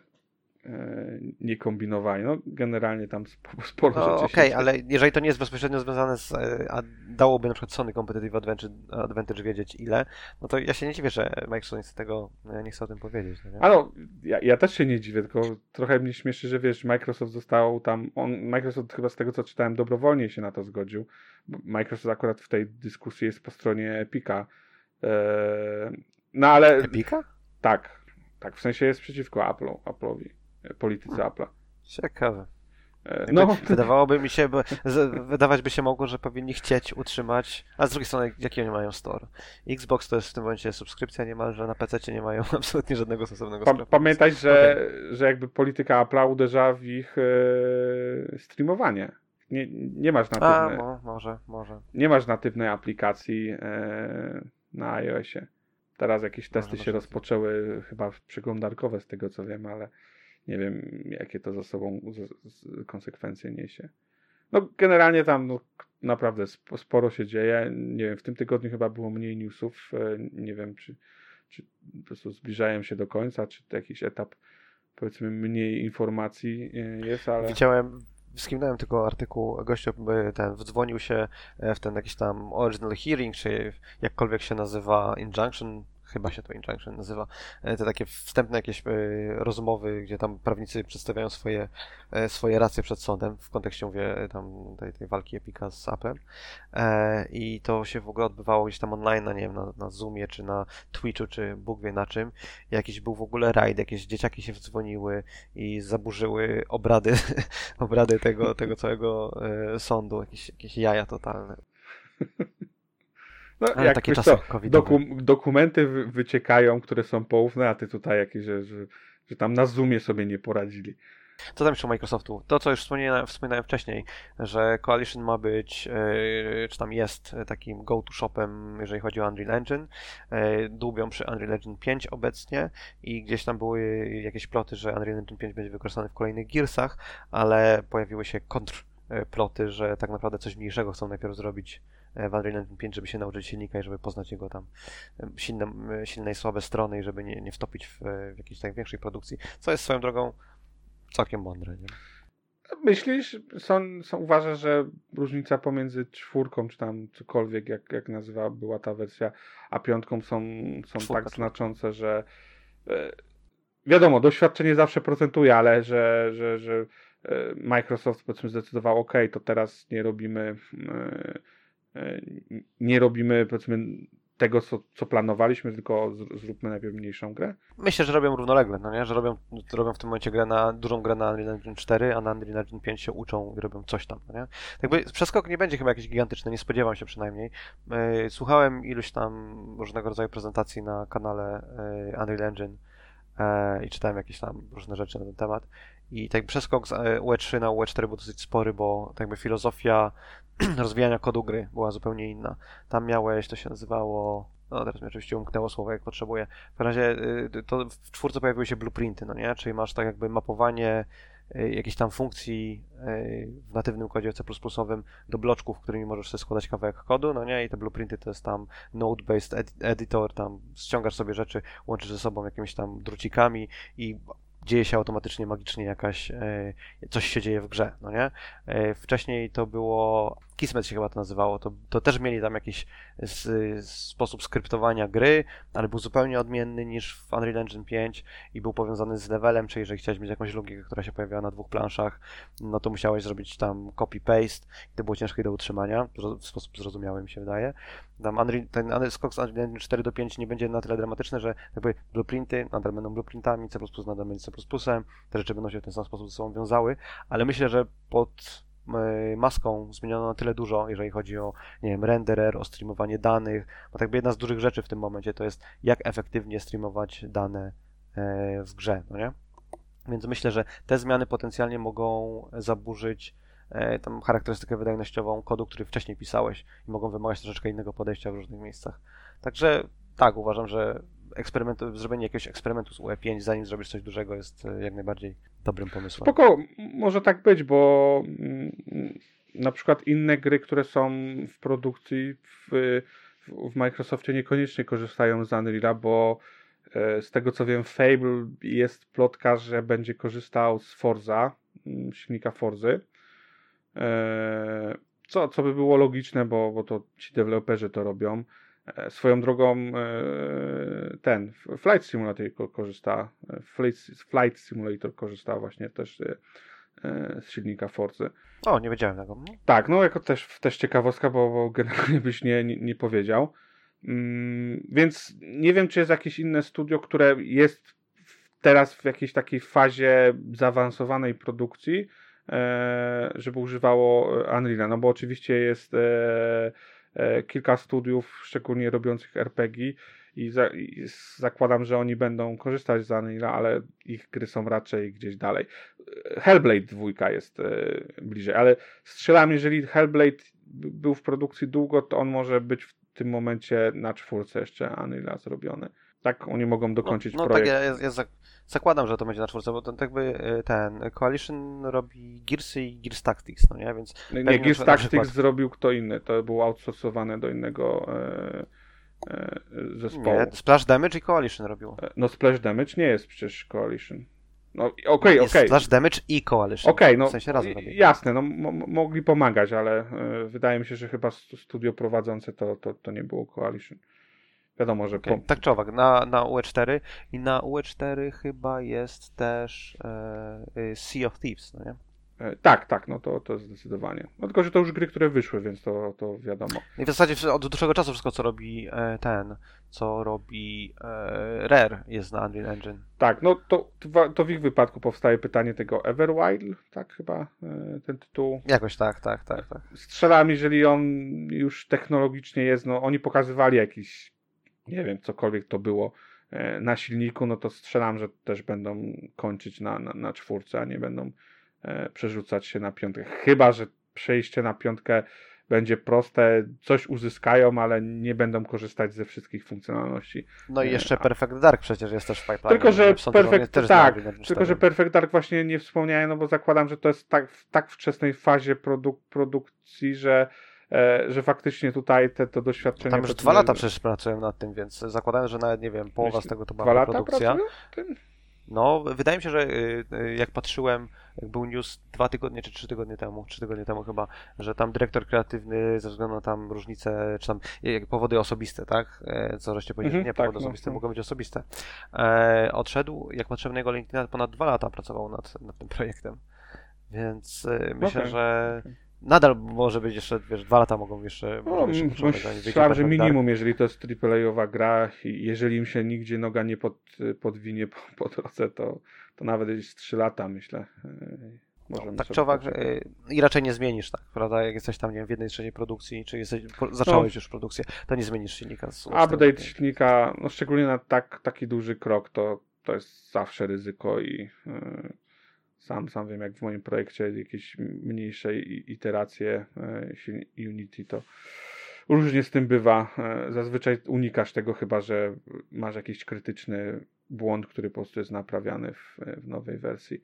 nie kombinowali. No generalnie tam sporo No rzeczy okej, się... ale jeżeli to nie jest bezpośrednio związane z, a dałoby na przykład Sony Competitive Advantage, Advantage wiedzieć ile, no to ja się nie dziwię, że Microsoft nie chce tego, nie chce o tym powiedzieć. No nie? A no, ja, ja też się nie dziwię, tylko trochę mnie śmieszy, że wiesz, Microsoft został tam, on, Microsoft chyba z tego co czytałem dobrowolnie się na to zgodził. Microsoft akurat w tej dyskusji jest po stronie Epica. Eee, no ale... Epica? Tak, tak, w sensie jest przeciwko Apple'u, Apple'owi, polityce Apple'a. Ciekawe. Eee, no, wydawałoby mi się, by, z, wydawać by się mogło, że powinni chcieć utrzymać, a z drugiej strony, jaki oni mają store? Xbox to jest w tym momencie subskrypcja niemalże, na P C nie mają absolutnie żadnego sensownego pa, sklepu. Pamiętaj, że, okay. że jakby polityka Apple'a uderza w ich e, streamowanie. Nie, nie masz natywnej, a, no, może, może. Nie masz natywnej aplikacji e, na iOSie. Teraz jakieś testy może się rozpoczęły, chyba przeglądarkowe z tego co wiem, ale nie wiem, jakie to za sobą z, z konsekwencje niesie. No generalnie tam no, naprawdę sporo się dzieje. Nie wiem, w tym tygodniu chyba było mniej newsów. Nie wiem, czy, czy po prostu zbliżają się do końca, czy to jakiś etap, powiedzmy, mniej informacji jest, ale... Widziałem, skimnąłem tylko artykuł, gościu ten wdzwonił się w ten jakiś tam original hearing, czy jakkolwiek się nazywa, injunction, chyba się to injunction nazywa, te takie wstępne jakieś rozmowy, gdzie tam prawnicy przedstawiają swoje, swoje racje przed sądem, w kontekście, mówię, tam tej, tej walki Epica z Applem. I to się w ogóle odbywało gdzieś tam online, na, nie wiem, na, na Zoomie, czy na Twitchu, czy Bóg wie na czym. Jakiś był w ogóle rajd, jakieś dzieciaki się wdzwoniły i zaburzyły obrady, obrady tego, tego całego sądu, jakieś, jakieś jaja totalne. No, ale jak takie czasy doku- dokumenty wy- wyciekają, które są poufne, a ty tutaj jakieś, że, że, że tam na Zoomie sobie nie poradzili. Co tam jeszcze u Microsoftu? To, co już wspominałem, wspominałem wcześniej, że Coalition ma być, yy, czy tam jest takim go-to-shopem, jeżeli chodzi o Unreal Engine. Yy, dłubią przy Unreal Engine pięć obecnie i gdzieś tam były jakieś ploty, że Unreal Engine pięć będzie wykorzystany w kolejnych Gearsach, ale pojawiły się kontrploty, że tak naprawdę coś mniejszego chcą najpierw zrobić w Unreal Engine pięć, żeby się nauczyć silnika i żeby poznać jego tam silne, silne i słabe strony i żeby nie, nie wtopić w, w jakiejś tak większej produkcji, co jest swoją drogą całkiem mądre, nie? Myślisz, są, są, uważasz, że różnica pomiędzy czwórką, czy tam cokolwiek, jak, jak nazywa była ta wersja, a piątką są, są Czwórka, tak znaczące, że e, wiadomo, doświadczenie zawsze procentuje, ale że, że, że e, Microsoft powiedzmy zdecydował, ok, to teraz nie robimy e, e, nie robimy powiedzmy tego, co, co planowaliśmy, tylko z, zróbmy najpierw mniejszą grę? Myślę, że robią równolegle, no nie? Że robią, robią w tym momencie grę na, dużą grę na Unreal Engine cztery, a na Unreal Engine pięć się uczą i robią coś tam, no nie? Jakby przeskok nie będzie chyba jakiś gigantyczny, nie spodziewam się przynajmniej. Słuchałem iluś tam różnego rodzaju prezentacji na kanale Unreal Engine i czytałem jakieś tam różne rzeczy na ten temat. I tak przeskok z U E trzy na U E cztery był dosyć spory, bo tak jakby filozofia rozwijania kodu gry była zupełnie inna. Tam miałeś, to się nazywało, no teraz mi oczywiście umknęło słowo, jak potrzebuję. W razie to w czwórce pojawiły się blueprinty, no nie? Czyli masz tak jakby mapowanie jakichś tam funkcji w natywnym kodzie C plus plus-owym do bloczków, którymi możesz sobie składać kawałek kodu, no nie? I te blueprinty to jest tam node-based ed- editor, tam ściągasz sobie rzeczy, łączysz ze sobą jakimiś tam drucikami i dzieje się automatycznie, magicznie jakaś, e, coś się dzieje w grze, no nie? E, wcześniej to było, Kismet się chyba to nazywało, to, to też mieli tam jakiś s, sposób skryptowania gry, ale był zupełnie odmienny niż w Unreal Engine pięć i był powiązany z levelem, czyli jeżeli chciałeś mieć jakąś logikę, która się pojawiała na dwóch planszach, no to musiałeś zrobić tam copy-paste i to było ciężkie do utrzymania, w sposób zrozumiały mi się wydaje. Tam Unreal, ten skok z Unreal Engine cztery do pięć nie będzie na tyle dramatyczny, że jakby blueprinty nadal będą blueprintami, C plus plus nadal będzie C plus plusem, te rzeczy będą się w ten sam sposób ze sobą wiązały, ale myślę, że pod maską zmieniono na tyle dużo, jeżeli chodzi o, nie wiem, renderer, o streamowanie danych, bo tak jakby jedna z dużych rzeczy w tym momencie to jest, jak efektywnie streamować dane w grze, no nie? Więc myślę, że te zmiany potencjalnie mogą zaburzyć e, tam charakterystykę wydajnościową kodu, który wcześniej pisałeś i mogą wymagać troszeczkę innego podejścia w różnych miejscach. Także tak, uważam, że eksperymentu, zrobienie jakiegoś eksperymentu z U E pięć, zanim zrobisz coś dużego, jest e, jak najbardziej dobrym pomysłem. Spoko, może tak być, bo mm, na przykład inne gry, które są w produkcji w, w, w Microsoftie niekoniecznie korzystają z Unreala, bo e, z tego co wiem, Fable jest plotka, że będzie korzystał z Forza, mm, silnika Forzy. E, co, co by było logiczne, bo, bo to ci deweloperzy to robią. E, swoją drogą e, ten Flight Simulator ko- korzysta Flight, Flight Simulator korzysta właśnie też e, z silnika Forzy. O, nie wiedziałem tego. Tak, no jako też, też ciekawostka, bo, bo generalnie byś nie, nie, nie powiedział. Mm, więc nie wiem, czy jest jakieś inne studio, które jest teraz w jakiejś takiej fazie zaawansowanej produkcji, e, żeby używało Unreala. No bo oczywiście jest e, e, kilka studiów, szczególnie robiących er pe gie i, za, i zakładam, że oni będą korzystać z Unreala, ale ich gry są raczej gdzieś dalej. Hellblade dwa jest e, bliżej, ale strzelam, jeżeli Hellblade był w produkcji długo, to on może być w tym momencie na czwórce jeszcze Unreala zrobiony. Tak oni mogą dokończyć no, no projekt. No tak, ja, ja zakładam, że to będzie na czwórce, bo ten, jakby ten Coalition robi Gearsy i Gears Tactics, no nie? Więc nie, Gears Tactics przykład... zrobił kto inny, to było outsourcowane do innego e, e, zespołu. Nie, Splash Damage i Coalition robił. No Splash Damage nie jest przecież Coalition. No okej, okay, okej. Okay. Splash Damage i Coalition. Okej, okay, no w sensie razem robię. Jasne, no m- mogli pomagać, ale e, wydaje mi się, że chyba studio prowadzące to, to, to nie było Coalition. Wiadomo, że... Okay. Po... Tak czy owak, na, na U E cztery i na U E cztery chyba jest też e, Sea of Thieves, no nie? E, tak, tak, no to, to zdecydowanie. No tylko, że to już gry, które wyszły, więc to, to wiadomo. I w zasadzie od dłuższego czasu wszystko, co robi e, ten, co robi e, Rare jest na Unreal Engine. Tak, no to, to w ich wypadku powstaje pytanie tego Everwild, tak chyba e, ten tytuł. Jakoś tak, tak, tak, tak. Strzelam, jeżeli on już technologicznie jest, no oni pokazywali jakiś, nie wiem, cokolwiek to było e, na silniku, no to strzelam, że też będą kończyć na, na, na czwórce, a nie będą e, przerzucać się na piątkę. Chyba że przejście na piątkę będzie proste, coś uzyskają, ale nie będą korzystać ze wszystkich funkcjonalności. No i jeszcze Perfect Dark przecież jest też w pipeline. Tylko, że Perfect, tak, tylko, że Perfect Dark właśnie nie wspomniałem, no bo zakładam, że to jest tak w tak wczesnej fazie produk- produkcji, że e, że faktycznie tutaj te, to doświadczenie... Tam już dwa lata przecież pracują nad tym, więc zakładałem, że nawet, nie wiem, połowa z tego to była produkcja. No, wydaje mi się, że jak patrzyłem, jak był news dwa tygodnie czy trzy tygodnie temu, trzy tygodnie temu chyba, że tam dyrektor kreatywny ze względu na tam różnice, czy tam powody osobiste, tak? Co żeście powiedzieli, mm-hmm, nie, powody tak, osobiste no, mogą być osobiste. E, odszedł, jak patrzyłem na jego LinkedIn, ponad dwa lata pracował nad, nad tym projektem. Więc e, myślę, okay, że okay. Nadal może być jeszcze, wiesz, dwa lata mogą jeszcze... No, myślałem, że minimum, jeżeli to jest triple-owa gra i jeżeli im się nigdzie noga nie pod, podwinie po, po drodze, to, to nawet jest trzy lata, myślę. No, tak czy owak, i raczej nie zmienisz, tak, prawda? Jak jesteś tam, nie wiem, w jednej trzeciej produkcji, czy jesteś, zacząłeś no, już produkcję, to nie zmienisz silnika. Z update silnika, no szczególnie na tak, taki duży krok, to, to jest zawsze ryzyko i... Yy... Sam, sam wiem, jak w moim projekcie jakieś mniejsze iteracje Unity, to różnie z tym bywa. Zazwyczaj unikasz tego, chyba że masz jakiś krytyczny błąd, który po prostu jest naprawiany w, w nowej wersji.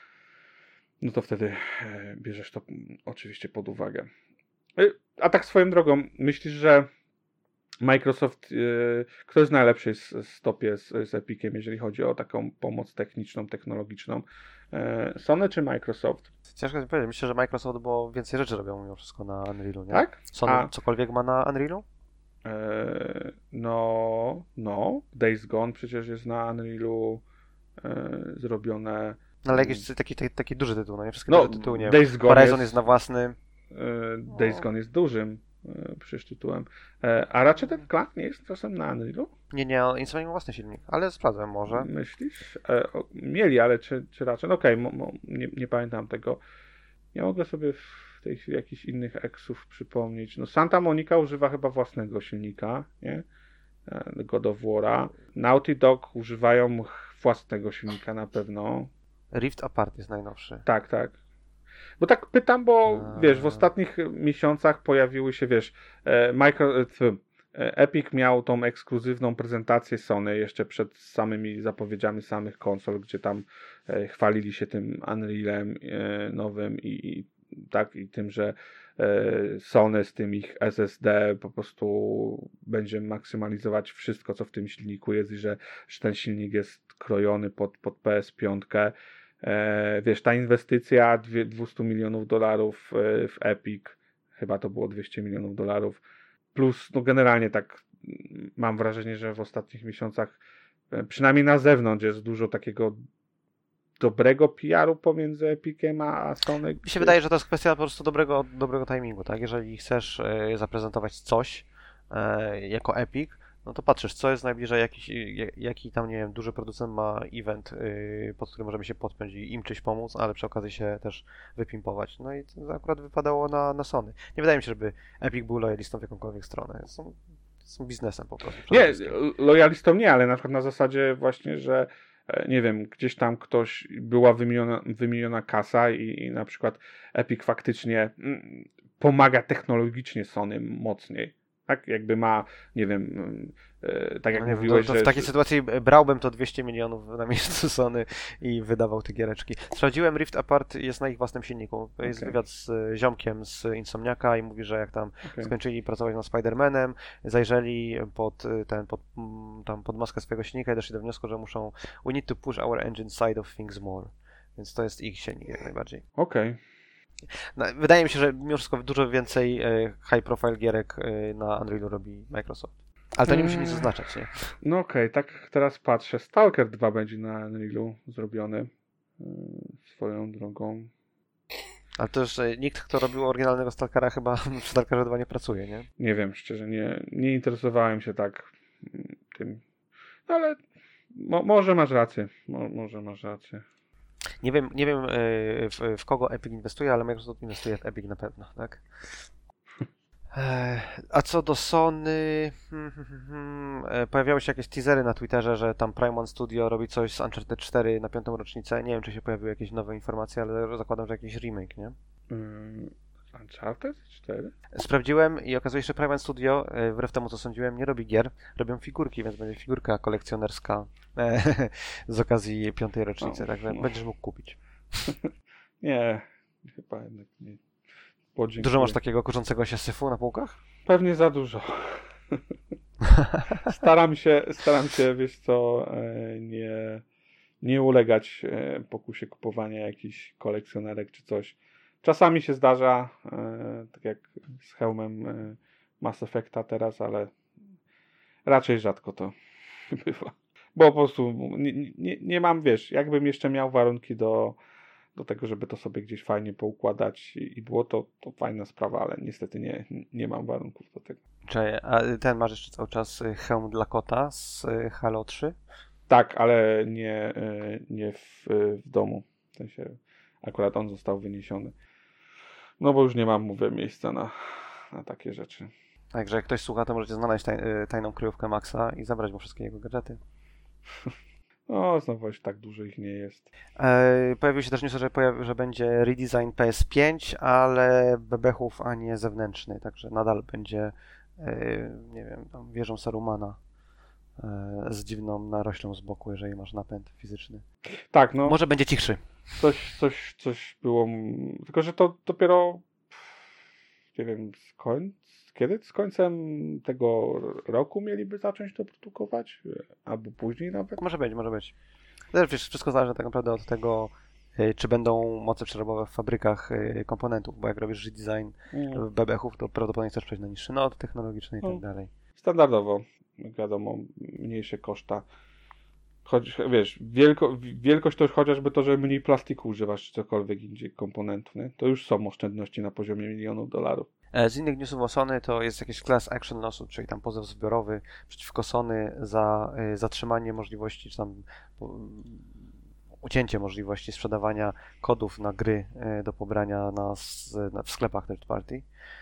No to wtedy bierzesz to oczywiście pod uwagę. A tak swoją drogą, myślisz, że Microsoft, kto jest najlepszy w stopie z, z Epiciem, jeżeli chodzi o taką pomoc techniczną, technologiczną? Sony czy Microsoft? Ciężko mi powiedzieć. Myślę, że Microsoft, bo więcej rzeczy robią mimo wszystko na Unrealu, nie? Tak? Sony A... cokolwiek ma na Unrealu? Eee, no, no. Days Gone przecież jest na Unrealu e, zrobione. No ale jakiś taki, taki, taki duży tytuł, no nie? Wszystkie no, tytuły, nie Days Gone Horizon jest, jest na własnym. E, Days Gone jest dużym e, przecież tytułem. E, a raczej ten Clank nie jest czasem na Unrealu? Nie, nie, oni mają własny silnik, ale sprawdzę może. Myślisz? E, o, mieli, ale czy, czy raczej? No okej, okay, nie, nie pamiętam tego. Nie mogę sobie w tej chwili jakichś innych eksów przypomnieć. No Santa Monica używa chyba własnego silnika, nie? God of War'a. Naughty Dog używają własnego silnika na pewno. Rift Apart jest najnowszy. Tak, tak. Bo tak pytam, bo A... wiesz, w ostatnich miesiącach pojawiły się, wiesz, micro, Epic miał tą ekskluzywną prezentację Sony jeszcze przed samymi zapowiedziami samych konsol, gdzie tam chwalili się tym Unrealem nowym i, i tak i tym, że Sony z tym ich S S D po prostu będzie maksymalizować wszystko, co w tym silniku jest i że, że ten silnik jest krojony pod, pod P S pięć. E, wiesz, ta inwestycja dwieście milionów dolarów w Epic, chyba to było dwieście milionów dolarów, plus no generalnie tak mam wrażenie, że w ostatnich miesiącach przynajmniej na zewnątrz jest dużo takiego dobrego P R u pomiędzy Epiciem a Sony. Mi się wydaje, że to jest kwestia po prostu dobrego, dobrego timingu, tak? Jeżeli chcesz e, zaprezentować coś e, jako Epic, no to patrzysz, co jest najbliżej, jakiś, jaki tam, nie wiem, duży producent ma event, yy, pod którym możemy się podpiąć i im czyś pomóc, ale przy okazji się też wypimpować. No i to akurat wypadało na, na Sony. Nie wydaje mi się, żeby Epic był lojalistą w jakąkolwiek stronę. Są, są biznesem po prostu. Nie, lojalistą nie, ale na przykład na zasadzie właśnie, że nie wiem, gdzieś tam ktoś była wymieniona, wymieniona kasa i, i na przykład Epic faktycznie mm, pomaga technologicznie Sony mocniej. Tak, jakby ma, nie wiem, e, tak jak no mówiłeś, wiem, to, to że... w takiej sytuacji brałbym to dwieście milionów na miejscu Sony i wydawał te giereczki. Sprawdziłem, Rift Apart jest na ich własnym silniku. Jest okay. wywiad z ziomkiem z Insomniaka i mówi, że jak tam okay. skończyli pracować nad Spider-Manem, zajrzeli pod ten, pod, tam pod maskę swojego silnika i doszli do wniosku, że muszą we need to push our engine side of things more. Więc to jest ich silnik jak najbardziej. Okej. Okay. No, wydaje mi się, że mimo wszystko dużo więcej e, high profile gierek e, na Unrealu robi Microsoft. Ale to nie musi nic oznaczać, nie? No okej, okay, tak teraz patrzę. Stalker dwa będzie na Unrealu zrobiony yy, swoją drogą. Ale to już e, nikt, kto robił oryginalnego Stalkera, chyba przy Stalkerze dwa nie pracuje, nie? Nie wiem, szczerze, nie, nie interesowałem się tak tym. Ale mo, może masz rację. Mo, może masz rację. Nie wiem, nie wiem w, w kogo Epic inwestuje, ale Microsoft inwestuje w Epic na pewno, tak? A co do Sony, hmm, hmm, hmm, pojawiały się jakieś teasery na Twitterze, że tam Prime One Studio robi coś z Uncharted cztery na piątą rocznicę. Nie wiem, czy się pojawiły jakieś nowe informacje, ale zakładam, że jakiś remake, nie? Hmm. Uncharted cztery? Sprawdziłem i okazuje się, że Prime One Studio, wbrew temu co sądziłem, nie robi gier, robią figurki, więc będzie figurka kolekcjonerska e, z okazji piątej rocznicy, no, także no. będziesz mógł kupić. Nie, chyba jednak nie. Podziękuję. Dużo masz takiego kurzącego się syfu na półkach? Pewnie za dużo. staram się, staram się, wiesz co, nie, nie ulegać pokusie kupowania jakichś kolekcjonerek czy coś. Czasami się zdarza, e, tak jak z hełmem e, Mass Effecta teraz, ale raczej rzadko to bywa. Bo po prostu nie, nie, nie mam, wiesz, jakbym jeszcze miał warunki do, do tego, żeby to sobie gdzieś fajnie poukładać i, i było to, to fajna sprawa, ale niestety nie, nie mam warunków do tego. Czy a ten masz jeszcze cały czas hełm dla kota z Halo trzy? Tak, ale nie, nie w, w domu. W sensie akurat on został wyniesiony. No bo już nie mam, mówię, miejsca na, na takie rzeczy. Także jak ktoś słucha, to możecie znaleźć taj, tajną kryjówkę Maxa i zabrać mu wszystkie jego gadżety. No, znowu już tak dużo ich nie jest. E, pojawił się też news, że, pojawi, że będzie redesign P S pięć, ale bebechów, a nie zewnętrzny. Także nadal będzie, e, nie wiem, tam wieżą Sarumana e, z dziwną naroślą z boku, jeżeli masz napęd fizyczny. Tak, no. Może będzie cichszy. Coś, coś, coś było... Tylko, że to dopiero nie wiem, z koń... kiedy? Z końcem tego roku mieliby zacząć to produkować? Albo później nawet? Może być, może być. Wiesz, wszystko zależy tak naprawdę od tego, czy będą moce przerobowe w fabrykach komponentów, bo jak robisz redesign mm. bebechów, to prawdopodobnie chcesz przejść na niższy not technologiczny i tak dalej. Standardowo, wiadomo, mniejsze koszta. Choć, wiesz, wielko, wielkość to chociażby to, że mniej plastiku używasz, czy cokolwiek indziej komponentów, nie? To już są oszczędności na poziomie milionów dolarów. Z innych newsów o Sony to jest jakiś class action lawsuit, czyli tam pozew zbiorowy przeciwko Sony za y, zatrzymanie możliwości, czy tam y, ucięcie możliwości sprzedawania kodów na gry y, do pobrania na, na, w sklepach third party.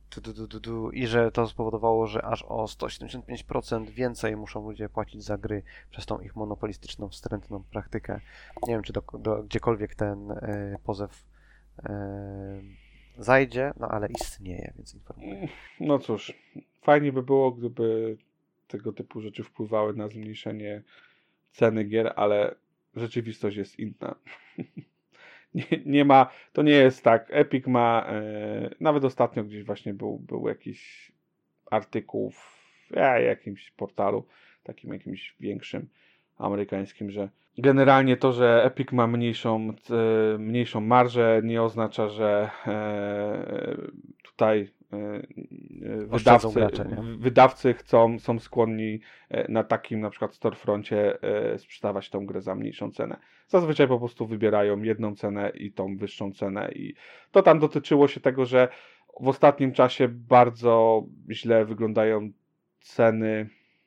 Du, du, du, du, du, I że to spowodowało, że aż o sto siedemdziesiąt pięć procent więcej muszą ludzie płacić za gry przez tą ich monopolistyczną, wstrętną praktykę. Nie wiem, czy do, do, gdziekolwiek ten y, pozew y, zajdzie, no ale istnieje, więc informuję. No cóż, fajnie by było, gdyby tego typu rzeczy wpływały na zmniejszenie ceny gier, ale rzeczywistość jest inna. Nie, nie ma, to nie jest tak. Epic ma, e, nawet ostatnio gdzieś właśnie był, był jakiś artykuł w ja, jakimś portalu, takim jakimś większym, amerykańskim, że generalnie to, że Epic ma mniejszą, e, mniejszą marżę, nie oznacza, że e, tutaj e, wydawcy, gracze, wydawcy chcą, są skłonni na takim na przykład storefroncie e, sprzedawać tą grę za mniejszą cenę. Zazwyczaj po prostu wybierają jedną cenę i tą wyższą cenę i to tam dotyczyło się tego, że w ostatnim czasie bardzo źle wyglądają ceny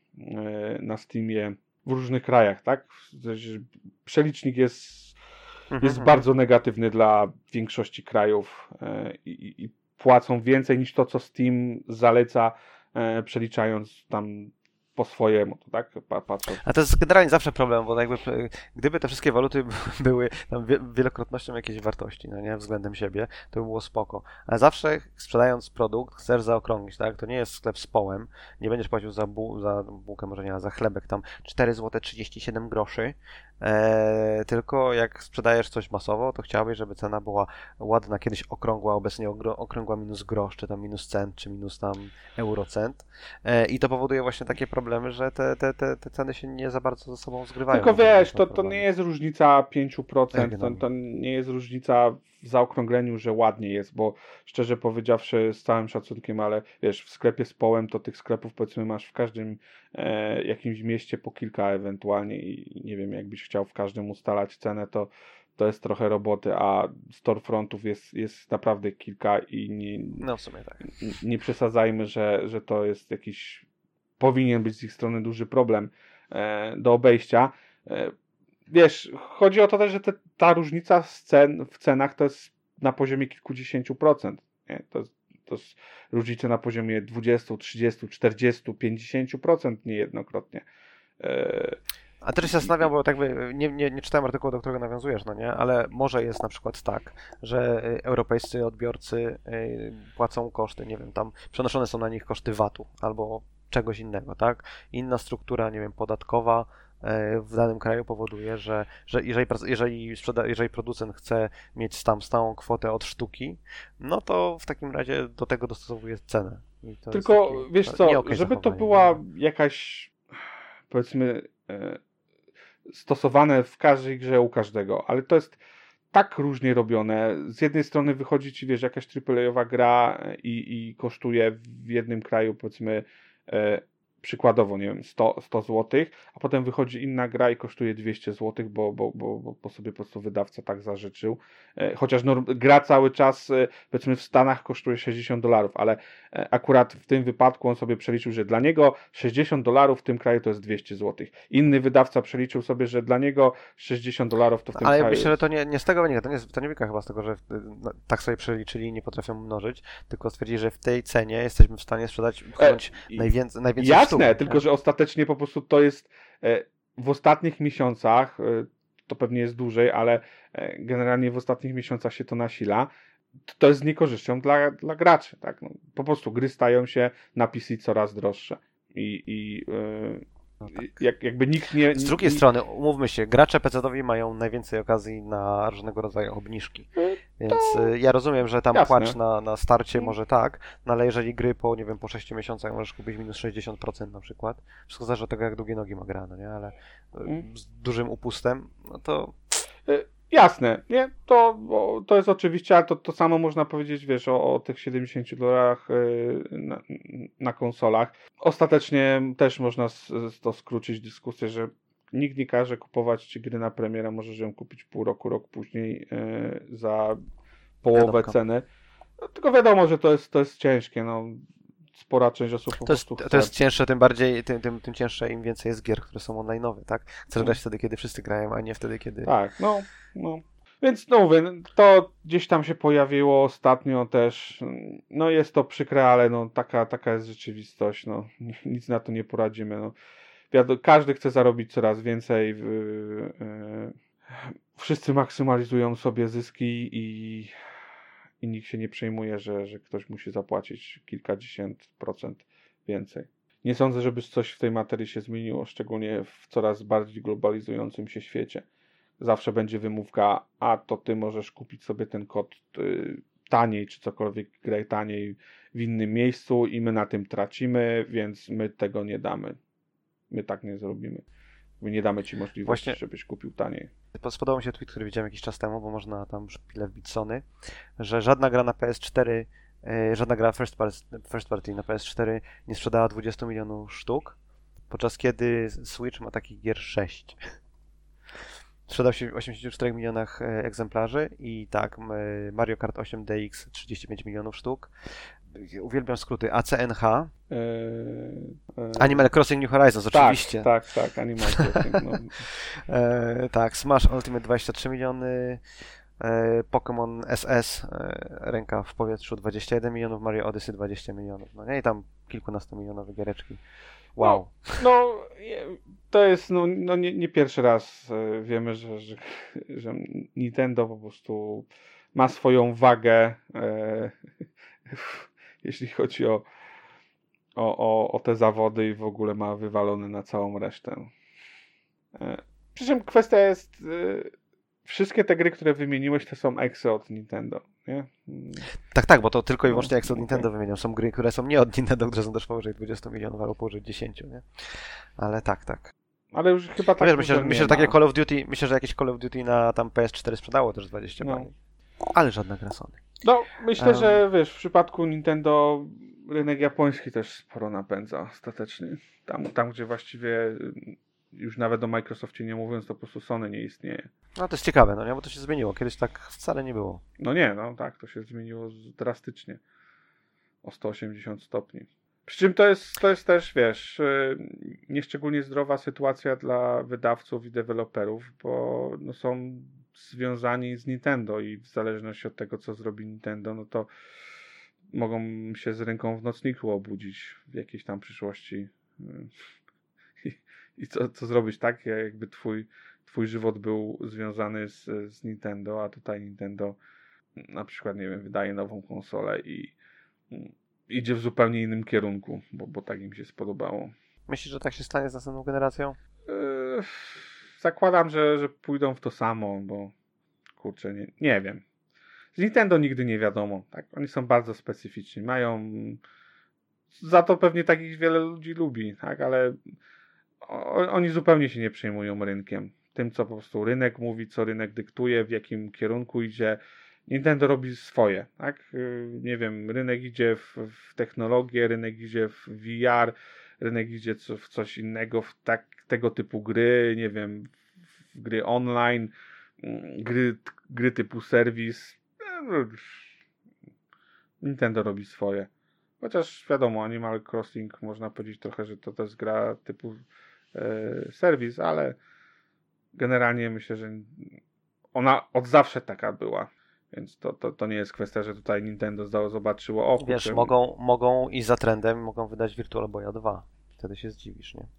e, na Steamie w różnych krajach, tak? Przelicznik jest, jest bardzo negatywny dla większości krajów e, i, i płacą więcej niż to, co Steam zaleca, e, przeliczając tam po swojemu, to tak? Patrzą. A to jest generalnie zawsze problem, bo jakby gdyby te wszystkie waluty były tam wielokrotnością jakiejś wartości, no nie, względem siebie, to by było spoko. Ale zawsze sprzedając produkt chcesz zaokrąglić, tak? To nie jest sklep z połem, nie będziesz płacił za, bu- za bułkę, może nie, ale za chlebek tam cztery złote trzydzieści siedem groszy, eee, tylko jak sprzedajesz coś masowo, to chciałbyś, żeby cena była ładna, kiedyś okrągła, obecnie ogro- okrągła minus grosz, czy tam minus cent, czy minus tam eurocent. Eee, I to powoduje właśnie takie problemy, problemy, że te, te, te, te ceny się nie za bardzo ze sobą zgrywają. Tylko wiesz, to, to nie jest różnica pięć procent, to, to nie jest różnica w zaokrągleniu, że ładnie jest, bo szczerze powiedziawszy, z całym szacunkiem, ale wiesz, w sklepie z połem to tych sklepów powiedzmy masz w każdym e, jakimś mieście po kilka ewentualnie i nie wiem, jakbyś chciał w każdym ustalać cenę, to to jest trochę roboty, a storefrontów jest, jest naprawdę kilka i nie, no w sumie tak. nie, nie przesadzajmy, że, że to jest jakiś powinien być z ich strony duży problem e, do obejścia. E, wiesz, chodzi o to też, że te, ta różnica z cen, w cenach to jest na poziomie kilkudziesięciu procent. Nie? To, to jest różnice na poziomie dwudziestu, trzydziestu, czterdziestu, pięćdziesięciu procent niejednokrotnie. E, A też się zastanawiam, bo tak by nie, nie, nie czytałem artykułu, do którego nawiązujesz, no nie, ale może jest na przykład tak, że europejscy odbiorcy płacą koszty, nie wiem, tam przenoszone są na nich koszty V A T-u albo czegoś innego, tak? Inna struktura, nie wiem, podatkowa w danym kraju powoduje, że, że jeżeli, jeżeli, sprzeda- jeżeli producent chce mieć tam stałą kwotę od sztuki, no to w takim razie do tego dostosowuje cenę. I to Tylko taki, wiesz co, okay żeby to była jakaś, powiedzmy, stosowane w każdej grze u każdego, ale to jest tak różnie robione. Z jednej strony wychodzi ci, wiesz, jakaś triplejowa gra i, i kosztuje w jednym kraju, powiedzmy, e, przykładowo, nie wiem, sto, sto złotych, a potem wychodzi inna gra i kosztuje dwieście złotych, bo, bo, bo, bo sobie po prostu wydawca tak zażyczył. E, chociaż no, gra cały czas, e, powiedzmy, w Stanach kosztuje sześćdziesiąt dolarów, ale e, akurat w tym wypadku on sobie przeliczył, że dla niego sześćdziesiąt dolarów w tym kraju to jest dwieście złotych. Inny wydawca przeliczył sobie, że dla niego sześćdziesiąt dolarów to w tym ale kraju. Ale myślę, jest... że to nie, nie z tego wynika, to nie, to nie wynika chyba z tego, że tak sobie przeliczyli i nie potrafią mnożyć, tylko stwierdzili, że w tej cenie jesteśmy w stanie sprzedać pchnąć e, najwięcej, najwięcej Jasne, sztuk, tylko nie? że ostatecznie po prostu to jest e, w ostatnich miesiącach, e, to pewnie jest dłużej, ale e, generalnie w ostatnich miesiącach się to nasila. To jest z niekorzyścią dla, dla graczy. Tak? No, po prostu gry stają się na P C coraz droższe. I, i e, no tak. jak, jakby nikt nie... Z drugiej nie, strony, umówmy się, gracze pecetowi mają najwięcej okazji na różnego rodzaju obniżki. Więc to... ja rozumiem, że tam Jasne. płacz na, na starcie może tak, no ale jeżeli gry po, nie wiem, po sześciu miesiącach możesz kupić minus sześćdziesiąt procent na przykład, wszystko zależy od tego, jak długie nogi ma gra, no nie? Ale z dużym upustem, no to... Jasne, nie? To, to jest oczywiście, ale to, to samo można powiedzieć, wiesz, o, o tych siedemdziesięciu dolarach na, na konsolach. Ostatecznie też można to skrócić dyskusję, że nikt nie każe kupować ci gry na premierę, możesz ją kupić pół roku, rok później yy, za połowę Wiadomka. ceny. No, tylko wiadomo, że to jest, to jest ciężkie, no. Spora część osób po to jest, prostu chce. To jest cięższe, tym bardziej, tym, tym, tym cięższe, im więcej jest gier, które są online'owe, tak? Chcesz grać wtedy, kiedy wszyscy grają, a nie wtedy, kiedy... Tak, no, no. Więc no mówię, to gdzieś tam się pojawiło ostatnio też. No jest to przykre, ale no taka, taka jest rzeczywistość. No, nic na to nie poradzimy. No. Wiadomo, każdy chce zarobić coraz więcej. Yy, yy, wszyscy maksymalizują sobie zyski i, i nikt się nie przejmuje, że, że ktoś musi zapłacić kilkadziesiąt procent więcej. Nie sądzę, żeby coś w tej materii się zmieniło, szczególnie w coraz bardziej globalizującym się świecie. Zawsze będzie wymówka, a to ty możesz kupić sobie ten kod y, taniej, czy cokolwiek grę taniej w innym miejscu i my na tym tracimy, więc my tego nie damy. My tak nie zrobimy. My nie damy ci możliwości, Właśnie... żebyś kupił taniej. Spodobał mi się tweet, który widziałem jakiś czas temu, bo można tam szpilę wbić Sony, że żadna gra na P S cztery, yy, żadna gra first party, first party na P S cztery nie sprzedała dwadzieścia milionów sztuk, podczas kiedy Switch ma takich gier sześć. Sprzedał się w osiemdziesięciu czterech milionach egzemplarzy i tak, Mario Kart osiem D X trzydzieści pięć milionów sztuk. Uwielbiam skróty. A C N H. Eee, eee, Animal Crossing New Horizons, tak, oczywiście. Tak, tak, Animal Crossing. No. eee, tak, Smash Ultimate dwadzieścia trzy miliony, eee, Pokémon S S, eee, ręka w powietrzu dwadzieścia jeden milionów, Mario Odyssey dwadzieścia milionów. No nie, i tam kilkunastomilionowe giereczki. Wow. No, no to jest no, no nie, nie pierwszy raz wiemy, że, że, że Nintendo po prostu ma swoją wagę, e, jeśli chodzi o, o, o, o te zawody i w ogóle ma wywalone na całą resztę. E, przy czym kwestia jest, e, wszystkie te gry, które wymieniłeś, to są eksy od Nintendo, nie? Tak, tak, bo to tylko i wyłącznie eksy od Nintendo okay. wymieniam. Są gry, które są nie od Nintendo, które są też powyżej dwudziestu milionów albo powyżej dziesięciu, nie? Ale tak, tak. Ale już chyba tak. Wiesz, myślę, myślę, że takie Call of Duty, myślę, że jakieś Call of Duty na tam P S cztery sprzedało też dwadzieścia no. Ale żadna gra Sony. No, myślę, um. że wiesz, w przypadku Nintendo rynek japoński też sporo napędza ostatecznie. Tam, tam gdzie właściwie już nawet o Microsoftie nie mówiąc, to po prostu Sony nie istnieje. No to jest ciekawe, no nie, bo to się zmieniło. Kiedyś tak wcale nie było. No nie, no tak, to się zmieniło drastycznie. O sto osiemdziesiąt stopni. Przy czym to jest, to jest też, wiesz, nieszczególnie zdrowa sytuacja dla wydawców i deweloperów, bo no, są związani z Nintendo i w zależności od tego, co zrobi Nintendo, no to mogą się z ręką w nocniku obudzić w jakiejś tam przyszłości i, i co, co zrobić, tak? Jakby twój, twój żywot był związany z, z Nintendo, a tutaj Nintendo na przykład, nie wiem, wydaje nową konsolę i idzie w zupełnie innym kierunku, bo, bo tak im się spodobało. Myślisz, że tak się stanie z następną generacją? Yy, zakładam, że, że pójdą w to samo, bo kurczę, nie, nie wiem. Z Nintendo nigdy nie wiadomo. Tak? Oni są bardzo specyficzni. Mają... Za to pewnie takich wiele ludzi lubi, tak? Ale o, oni zupełnie się nie przejmują rynkiem. Tym, co po prostu rynek mówi, co rynek dyktuje, w jakim kierunku idzie. Nintendo robi swoje, tak? Nie wiem, rynek idzie w, w technologię, rynek idzie w V R, rynek idzie w coś innego, w tak, tego typu gry, nie wiem, w gry online, gry, gry typu serwis. Nintendo robi swoje. Chociaż wiadomo, Animal Crossing można powiedzieć trochę, że to też gra typu e, serwis, ale generalnie myślę, że ona od zawsze taka była. Więc to, to, to nie jest kwestia, że tutaj Nintendo zobaczyło... O, wiesz, kurczę, mogą, mogą iść za trendem, mogą wydać Virtual Boya dwa. Wtedy się zdziwisz, nie?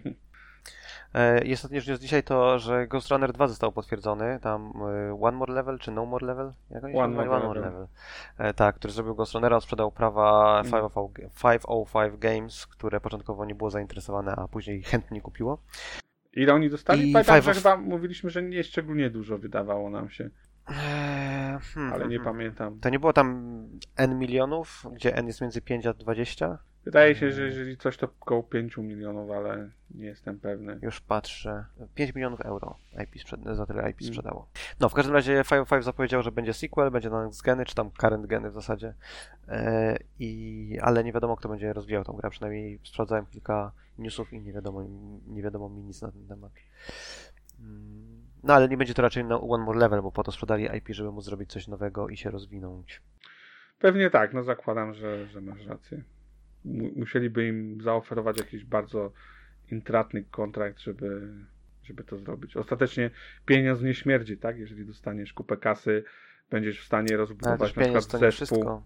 Jest również news dzisiaj to, że Ghost Runner dwa został potwierdzony. Tam One More Level, czy No More Level? Jak oni się One, more One More Level. level. Tak, który zrobił Ghost Runnera, on sprzedał prawa pięćset pięć Games, które początkowo nie było zainteresowane, a później chętnie kupiło. Ile oni dostali? Pamiętam, że chyba mówiliśmy, że nie szczególnie dużo wydawało nam się. Eee, hmm, ale nie hmm. pamiętam. To nie było tam N milionów, gdzie N jest między pięć a dwadzieścia? Wydaje się, że jeżeli coś, to około pięć milionów, ale nie jestem pewny. Już patrzę. pięć milionów euro I P sprzed... za tyle I P sprzedało. No, w każdym razie pięćset pięć zapowiedział, że będzie sequel, będzie na next geny, czy tam current geny w zasadzie. Eee, i... Ale nie wiadomo, kto będzie rozwijał tą grę. Przynajmniej sprawdzałem kilka newsów i nie wiadomo, nie wiadomo mi nic na ten temat. Hmm. No ale nie będzie to raczej na One More Level, bo po to sprzedali I P, żeby móc zrobić coś nowego i się rozwinąć. Pewnie tak, no zakładam, że, że masz rację. Musieliby im zaoferować jakiś bardzo intratny kontrakt, żeby, żeby to zrobić. Ostatecznie pieniądz nie śmierdzi, tak? Jeżeli dostaniesz kupę kasy, będziesz w stanie rozbudować na przykład zespół. Wszystko.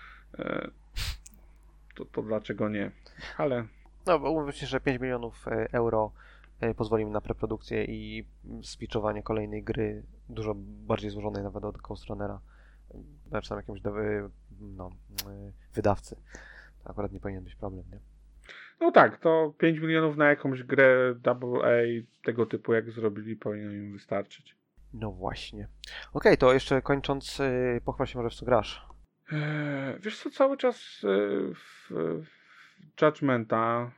To, to dlaczego nie? Ale... No, bo umówmy się, że pięć milionów euro pozwoli mi na preprodukcję i spiczowanie kolejnej gry, dużo bardziej złożonej nawet od Ghost Runnera, znaczy tam jakiegoś no, wydawcy. To akurat nie powinien być problem, nie? No tak, to pięć milionów na jakąś grę double A tego typu jak zrobili, powinno im wystarczyć. No właśnie. Okej, okay, to jeszcze kończąc, pochwal się może w co grasz. Eee, wiesz co, cały czas w, w Judgmenta,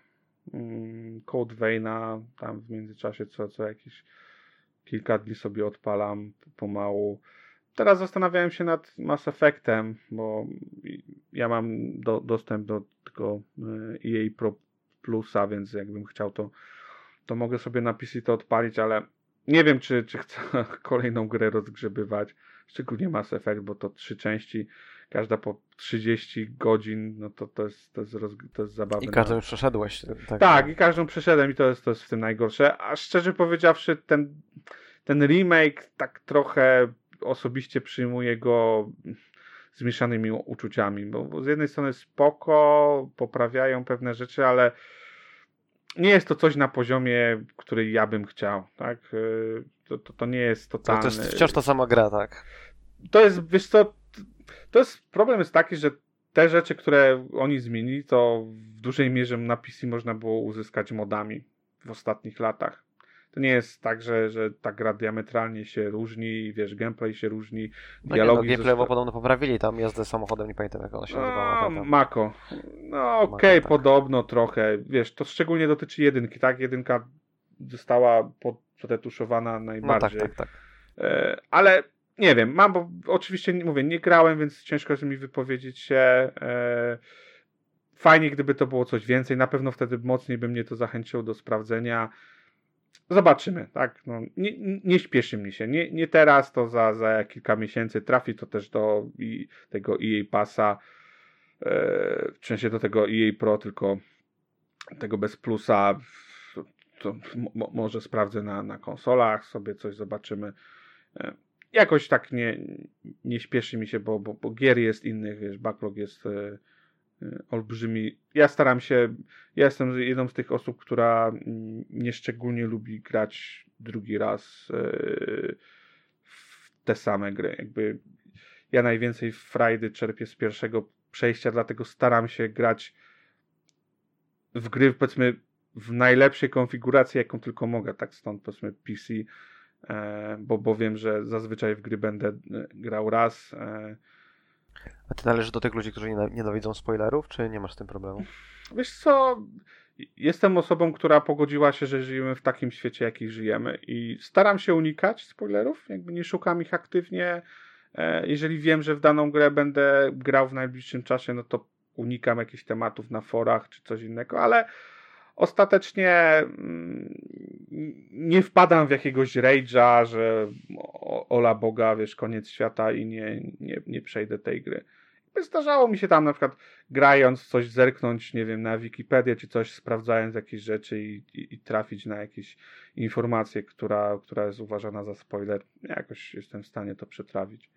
Code Veina, tam w międzyczasie co, co jakieś kilka dni sobie odpalam pomału. Teraz zastanawiałem się nad Mass Effectem, bo ja mam do, dostęp do tego E A Pro Plusa, więc jakbym chciał, to, to mogę sobie na P C to odpalić, ale nie wiem, czy, czy chcę kolejną grę rozgrzebywać, szczególnie Mass Effect, bo to trzy części, każda po trzydzieści godzin, no to to jest, to jest, roz, to jest zabawne. I każdą już przeszedłeś. Tak, tak, i każdą przeszedłem i to jest, to jest w tym najgorsze, a szczerze powiedziawszy ten, ten remake tak trochę osobiście przyjmuję go z mieszanymi uczuciami, bo, bo z jednej strony spoko, poprawiają pewne rzeczy, ale nie jest to coś na poziomie, który ja bym chciał, tak? To, to, to nie jest totalny... To jest wciąż ta sama gra, tak? To jest, wiesz co, to jest, problem jest taki, że te rzeczy, które oni zmienili, to w dużej mierze na P C można było uzyskać modami w ostatnich latach. To nie jest tak, że, że ta gra diametralnie się różni, wiesz, gameplay się różni, no dialogi... Nie, no, gameplay zosta... podobno poprawili tam jazdę samochodem, nie pamiętam jak ona się nazywała. No, Mako. No okej, okay, tak. Podobno trochę, wiesz, to szczególnie dotyczy jedynki, tak? Jedynka została podretuszowana najbardziej. No tak, tak, tak. E, ale nie wiem, mam, bo oczywiście mówię, nie grałem, więc ciężko jest mi wypowiedzieć się. E, fajnie, gdyby to było coś więcej, na pewno wtedy mocniej by mnie to zachęciło do sprawdzenia. Zobaczymy, tak? No, nie, nie śpieszy mi się. Nie, nie teraz, to za, za kilka miesięcy trafi to też do i, tego E A Passa, e, w sensie do tego E A Pro, tylko tego bez plusa. To mo, może sprawdzę na, na konsolach, sobie coś zobaczymy. E, jakoś tak nie, nie śpieszy mi się, bo, bo, bo gier jest innych, wiesz, backlog jest e, olbrzymi. Ja staram się, ja jestem jedną z tych osób, która nieszczególnie lubi grać drugi raz w te same gry. Jakby ja najwięcej frajdy czerpię z pierwszego przejścia, dlatego staram się grać w gry, powiedzmy, w najlepszej konfiguracji, jaką tylko mogę, tak stąd powiedzmy P C, bo, bo wiem, że zazwyczaj w gry będę grał raz. A ty należysz do tych ludzi, którzy nienawidzą spoilerów, czy nie masz z tym problemu? Wiesz co, jestem osobą, która pogodziła się, że żyjemy w takim świecie, jaki żyjemy i staram się unikać spoilerów, jakby nie szukam ich aktywnie. Jeżeli wiem, że w daną grę będę grał w najbliższym czasie, no to unikam jakichś tematów na forach czy coś innego, ale ostatecznie nie wpadam w jakiegoś rage'a, że ola Boga, wiesz, koniec świata i nie, nie, nie przejdę tej gry. Zdarzało mi się tam na przykład grając coś zerknąć, nie wiem, na Wikipedię czy coś, sprawdzając jakieś rzeczy i, i, i trafić na jakieś informacje, która, która jest uważana za spoiler. Jakoś jestem w stanie to przetrawić.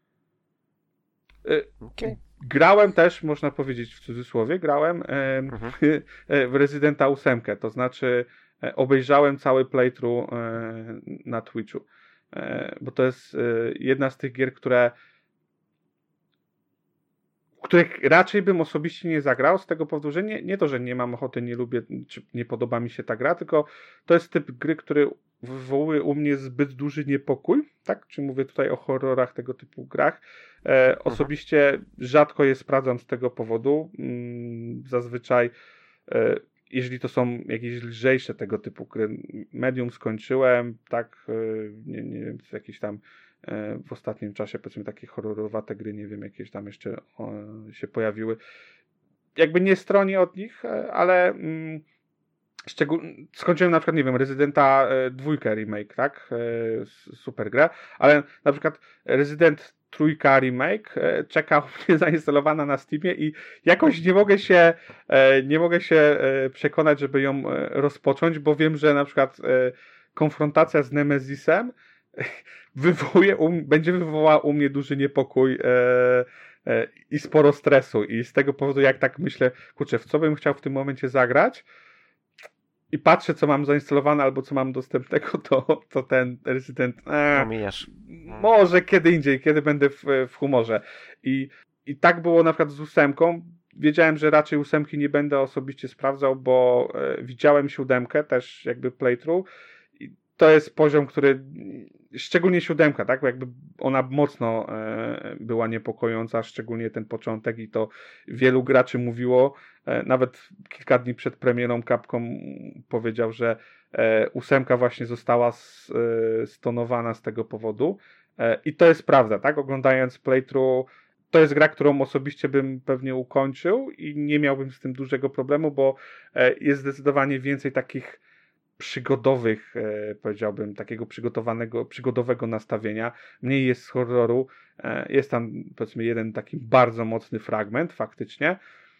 Okay. Grałem też, można powiedzieć w cudzysłowie, grałem mhm. w Residenta osiem, to znaczy obejrzałem cały playthrough na Twitchu, bo to jest jedna z tych gier, które których raczej bym osobiście nie zagrał, z tego powodu, że nie, nie to, że nie mam ochoty, nie lubię, czy nie podoba mi się ta gra, tylko to jest typ gry, który wywołuje u mnie zbyt duży niepokój, tak? Czy mówię tutaj o horrorach, tego typu grach. E, osobiście rzadko je sprawdzam z tego powodu. Mm, zazwyczaj, e, jeżeli to są jakieś lżejsze tego typu gry, Medium skończyłem, tak? E, nie, nie wiem, jakieś tam w ostatnim czasie, powiedzmy, takie horrorowate gry, nie wiem, jakieś tam jeszcze o, się pojawiły. Jakby nie stronię od nich, ale mm, szczególnie skończyłem na przykład, nie wiem, Residenta dwójkę remake, tak? E, super gra, ale na przykład Resident trójka remake e, czeka u mnie zainstalowana na Steamie i jakoś nie mogę się e, nie mogę się e, przekonać, żeby ją e, rozpocząć, bo wiem, że na przykład e, konfrontacja z Nemezisem wywołuje u, będzie wywołała u mnie duży niepokój e, e, i sporo stresu. I z tego powodu, jak tak myślę, kurczę, w co bym chciał w tym momencie zagrać i patrzę, co mam zainstalowane albo co mam dostępnego, to, to ten Resident e, może kiedy indziej, kiedy będę w, w humorze. I, I tak było na przykład z ósemką. Wiedziałem, że raczej ósemki nie będę osobiście sprawdzał, bo e, widziałem siódemkę, też jakby playthrough. I to jest poziom, który, szczególnie siódemka, tak, jakby ona mocno e, była niepokojąca, szczególnie ten początek i to wielu graczy mówiło, e, nawet kilka dni przed premierą Capcom powiedział, że e, ósemka właśnie została s, e, stonowana z tego powodu. E, I to jest prawda, tak, oglądając playthrough, to jest gra, którą osobiście bym pewnie ukończył i nie miałbym z tym dużego problemu, bo jest zdecydowanie więcej takich przygodowych, powiedziałbym, takiego przygotowanego, przygodowego nastawienia. Mniej jest horroru. Jest tam, powiedzmy, jeden taki bardzo mocny fragment faktycznie.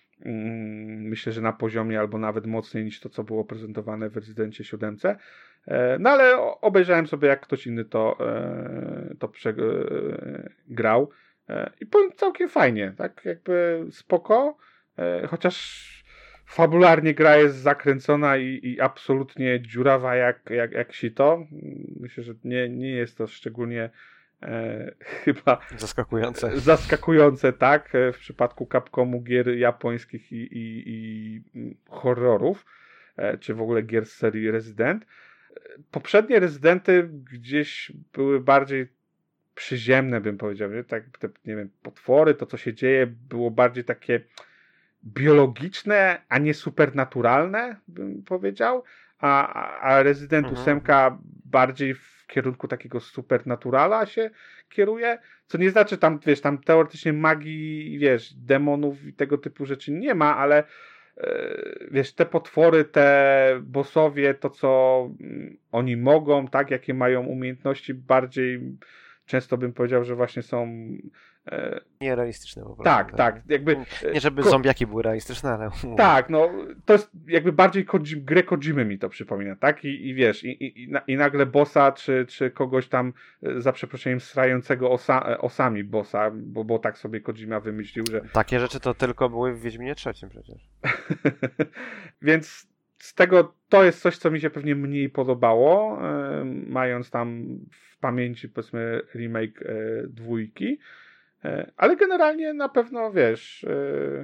Myślę, że na poziomie albo nawet mocniej niż to, co było prezentowane w Rezydencie siedem. No ale obejrzałem sobie, jak ktoś inny to, to przegrał. I powiem całkiem fajnie, tak jakby spoko, chociaż fabularnie gra jest zakręcona i, i absolutnie dziurawa jak, jak, jak sito. Myślę, że nie, nie jest to szczególnie e, chyba zaskakujące. zaskakujące, tak, w przypadku Capcomu gier japońskich i, i, i horrorów, e, czy w ogóle gier z serii Resident. Poprzednie Rezydenty gdzieś były bardziej przyziemne, bym powiedział, nie? Tak, te, nie wiem, potwory, to co się dzieje było bardziej takie biologiczne, a nie supernaturalne, bym powiedział, a, a Resident mhm. osiem bardziej w kierunku takiego supernaturala się kieruje, co nie znaczy tam, wiesz, tam teoretycznie magii, wiesz, demonów i tego typu rzeczy nie ma, ale wiesz, te potwory, te bossowie, to co oni mogą, tak, jakie mają umiejętności, bardziej często bym powiedział, że właśnie są e... nierealistyczne po prostu. Tak, tak. Jakby, nie żeby ko... zombiaki były realistyczne, ale... Tak, no to jest jakby bardziej Koji... grę Kojimy mi to przypomina, tak? I, i wiesz, i, i, i nagle bossa, czy, czy kogoś tam, za przeproszeniem, srającego osa... osami bossa, bo, bo tak sobie Kojima wymyślił, że... Takie rzeczy to tylko były w Wiedźminie trzecim przecież. Więc z tego to jest coś, co mi się pewnie mniej podobało, e, mając tam w pamięci, powiedzmy, remake e, dwójki. E, ale generalnie na pewno, wiesz, e,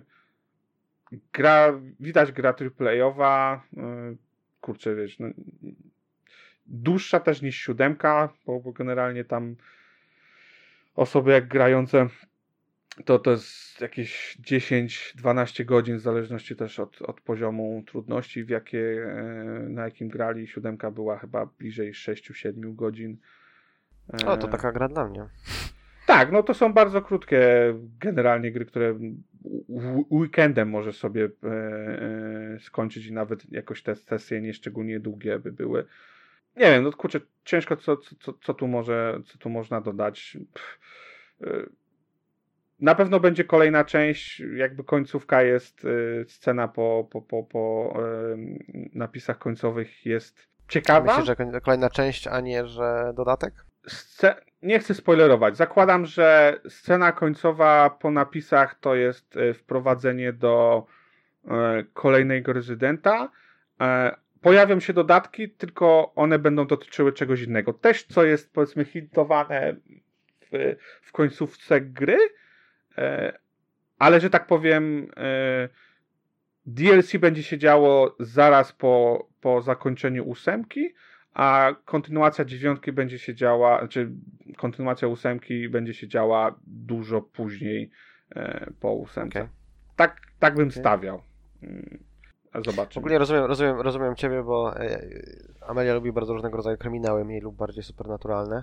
gra, widać gra triplejowa, e, kurczę, wiesz, no, dłuższa też niż siódemka, bo, bo generalnie tam osoby jak grające to to jest jakieś dziesięć dwanaście godzin, w zależności też od, od poziomu trudności, w jakie, na jakim grali. Siódemka była chyba bliżej sześć siedem godzin. O, to taka gra dla mnie. Tak, no to są bardzo krótkie generalnie gry, które weekendem możesz sobie e, e, skończyć i nawet jakoś te sesje nieszczególnie długie by były. Nie wiem, no kurczę, ciężko co, co, co, tu, może, co tu można dodać. Pff, e, Na pewno będzie kolejna część, jakby końcówka jest, y, scena po, po, po, po y, napisach końcowych jest ciekawa. Myślisz, że kolejna część, a nie, że dodatek? Sce- nie chcę spoilerować. Zakładam, że scena końcowa po napisach to jest y, wprowadzenie do y, kolejnego rezydenta. Y, pojawią się dodatki, tylko one będą dotyczyły czegoś innego. Też, co jest, powiedzmy, hintowane w, w końcówce gry, ale, że tak powiem, D L C będzie się działo zaraz po, po zakończeniu ósemki, a kontynuacja dziewiątki będzie się działa, znaczy kontynuacja ósemki będzie się działa dużo później po ósemce. Okay. Tak, tak bym okay. stawiał. Zobaczymy. W ogóle rozumiem, rozumiem, rozumiem Ciebie, bo Amelia lubi bardzo różnego rodzaju kryminały, mniej lub bardziej supernaturalne.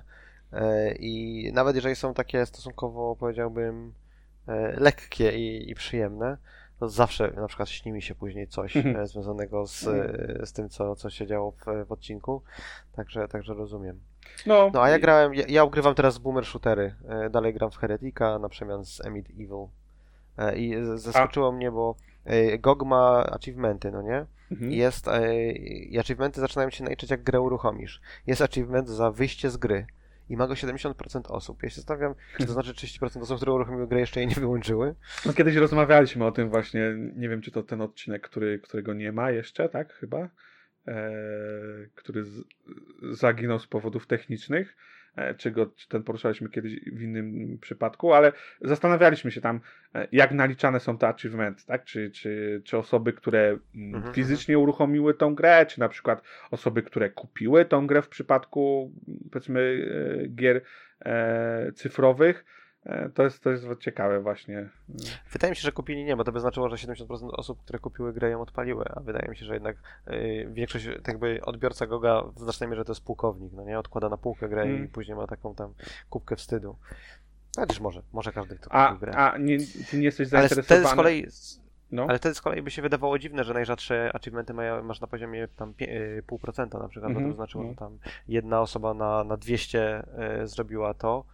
I nawet jeżeli są takie stosunkowo, powiedziałbym, lekkie i, i przyjemne, to zawsze na przykład śni mi się później coś mm-hmm. związanego z, z tym, co, co się działo w, w odcinku. Także, także rozumiem. No, no a ja grałem, ja, ja ugrywam teraz boomer shootery. Dalej gram w Heretica na przemian z Emid Evil. E, I zaskoczyło A. mnie, bo e, G O G ma achievementy, no nie? Mhm. Jest, e, I achievementy zaczynają się naliczać, jak grę uruchomisz. Jest achievement za wyjście z gry i ma go siedemdziesiąt procent osób. Ja się zastanawiam, czy to znaczy trzydzieści procent osób, które uruchomiły grę, jeszcze jej nie wyłączyły. No kiedyś rozmawialiśmy o tym właśnie, nie wiem, czy to ten odcinek, który, którego nie ma jeszcze, tak, chyba? E, który z, zaginął z powodów technicznych, e, czy, go, czy ten poruszaliśmy kiedyś w innym przypadku, ale zastanawialiśmy się tam, e, jak naliczane są te achievementy, tak? Czy, czy, czy osoby, które mhm, fizycznie uruchomiły tą grę, czy na przykład osoby, które kupiły tą grę w przypadku, powiedzmy, e, gier e, cyfrowych. To jest, to jest ciekawe właśnie. Wydaje mi się, że kupili nie, bo to by znaczyło, że siedemdziesiąt procent osób, które kupiły grę, ją odpaliły, a wydaje mi się, że jednak yy, większość, tak jakby odbiorca Goga w znacznej mierze to jest pułkownik, no nie? Odkłada na półkę grę hmm. i później ma taką tam kubkę wstydu. Chociaż może, może każdy, kto kupił grę. A nie, ty nie jesteś zainteresowany? Ale wtedy z kolei, no. ale wtedy z kolei by się wydawało dziwne, że najrzadsze achievementy mają, masz na poziomie tam pół procenta na przykład, mm-hmm. bo to by znaczyło, że tam jedna osoba na, na dwieście y, zrobiła to.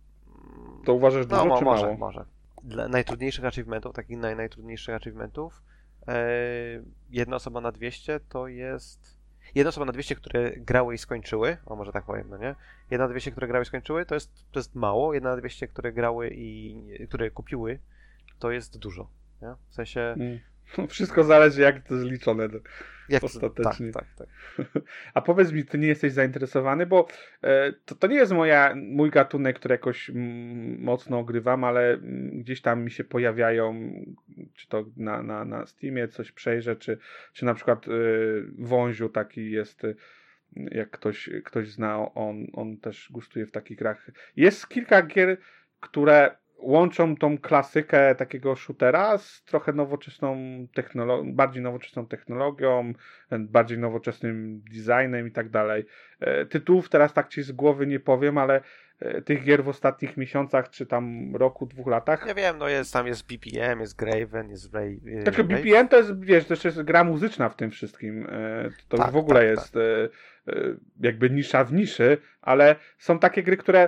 To uważasz dużo, no, czy może, mało? może. Dla najtrudniejszych achievementów, takich naj, najtrudniejszych achievementów, e, jedna osoba na dwieście to jest... Jedna osoba na dwieście, które grały i skończyły, o może tak powiem, no nie? Jedna na dwieście, które grały i skończyły, to jest, to jest mało. Jedna na dwieście, które grały i... które kupiły, to jest dużo, nie? W sensie... Mm. Wszystko zależy, jak to zliczone jak ostatecznie. To, tak, tak, tak. A powiedz mi, ty nie jesteś zainteresowany, bo e, to, to nie jest moja, mój gatunek, który jakoś m, mocno ogrywam, ale m, gdzieś tam mi się pojawiają, czy to na, na, na Steamie coś przejrzę, czy, czy na przykład e, Wąziu taki jest, e, jak ktoś, ktoś zna, on, on też gustuje w takich grach. Jest kilka gier, które łączą tą klasykę takiego shootera z trochę nowoczesną technologią, bardziej nowoczesną technologią, bardziej nowoczesnym designem i tak dalej. Tytułów teraz tak ci z głowy nie powiem, ale tych gier w ostatnich miesiącach, czy tam roku, dwóch latach. Ja wiem, no jest tam jest B P M, jest Graven, jest Ray. Znaczy B P M to jest, wiesz, to jest gra muzyczna w tym wszystkim. To tak, już w ogóle tak, jest tak. jakby nisza w niszy, ale są takie gry, które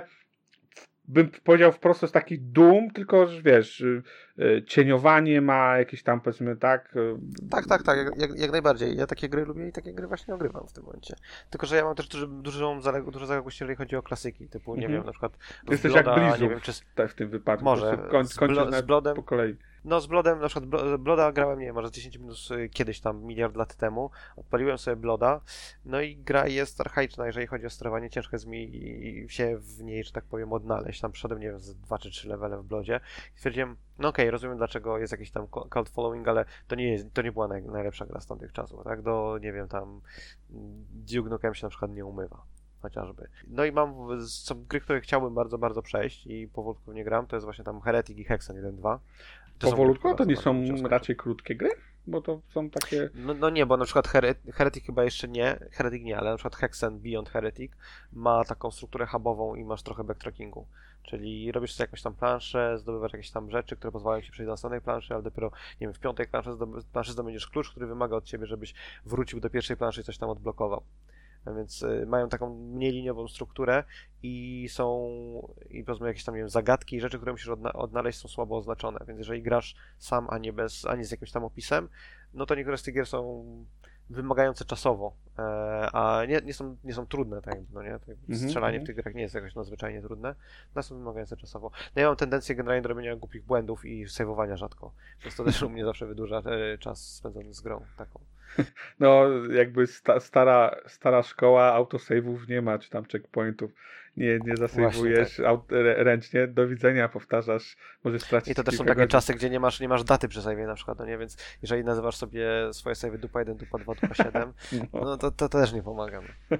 bym powiedział wprost, to jest taki Doom, tylko, że wiesz, cieniowanie ma jakieś tam, powiedzmy, tak? Tak, tak, tak, jak, jak najbardziej. Ja takie gry lubię i takie gry właśnie ogrywam w tym momencie. Tylko, że ja mam też duży, dużą zaleg- dużo zaległości, jeżeli chodzi o klasyki, typu, nie mm-hmm. wiem, na przykład jesteś Bloda, jak Blizzów, nie wiem, czy... tak w tym wypadku. Może, koń, z, blo- z Bloodem, po kolei. No z Bloodem, na przykład Blooda grałem, nie wiem, może z dziesięć minut kiedyś tam, miliard lat temu. Odpaliłem sobie Blooda, no i gra jest archaiczna, jeżeli chodzi o sterowanie. Ciężko jest mi się w niej, że tak powiem, odnaleźć. Tam przyszedłem, nie wiem, z dwa czy trzy levele w Bloodzie i stwierdziłem, no okej, okay, rozumiem, dlaczego jest jakiś tam cult following, ale to nie jest, to nie była naj, najlepsza gra z tamtych czasów, tak? Do, nie wiem, tam Duke Nukem się na przykład nie umywa. Chociażby. No i mam są gry, które chciałbym bardzo, bardzo przejść i powolutku nie gram, to jest właśnie tam Heretic i Hexen jeden dwa. To powolutku? To, to nie są raczej krótkie gry? Bo to są takie... No, no nie, bo na przykład Heretic, Heretic chyba jeszcze nie, Heretic nie, ale na przykład Hexen Beyond Heretic ma taką strukturę hubową i masz trochę backtrackingu. Czyli robisz sobie jakąś tam planszę, zdobywasz jakieś tam rzeczy, które pozwalają ci przejść do następnej planszy, ale dopiero, nie wiem, w piątej planszy, zdob- planszy zdobędziesz klucz, który wymaga od ciebie, żebyś wrócił do pierwszej planszy i coś tam odblokował. A więc y, mają taką mniej liniową strukturę i są, i powiedzmy jakieś tam, nie wiem, zagadki i rzeczy, które musisz odna- odnaleźć, są słabo oznaczone, więc jeżeli grasz sam, a nie bez, a nie z jakimś tam opisem, no to niektóre z tych gier są wymagające czasowo, e, a nie, nie, są, nie są trudne, tak jakby, no nie? Tak jakby mm-hmm. Strzelanie w tych grach nie jest jakoś nadzwyczajnie trudne, no są wymagające czasowo. No ja mam tendencję generalnie do robienia głupich błędów i sejwowania rzadko, więc to też u mnie zawsze wydłuża e, czas spędzony z grą taką. No, jakby sta, stara, stara szkoła autosave'ów nie ma, czy tam checkpointów. Nie, nie zasejwujesz tak. aut, ręcznie, do widzenia, powtarzasz, możesz stracić. I to też są takie godzin. czasy, gdzie nie masz, nie masz daty przy save'ie na przykład, no nie? Więc jeżeli nazywasz sobie swoje save'y dupa jeden, dupa dwa, dupa siedem, no, no to, to też nie pomaga. No.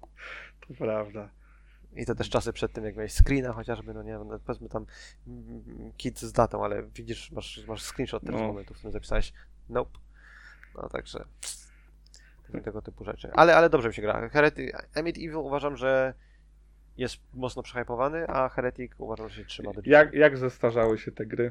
To prawda. I to też czasy przed tym, jak miałeś screena chociażby, no nie wiem, no powiedzmy tam kit z datą, ale widzisz, masz, masz screenshot też no. momentu, w którym zapisałeś nope. No także tego typu rzeczy. Ale, ale dobrze mi się gra. Heretic, Emit Evil uważam, że jest mocno przehypowany, a Heretic uważam, że się trzyma do jak, jak zestarzały się te gry?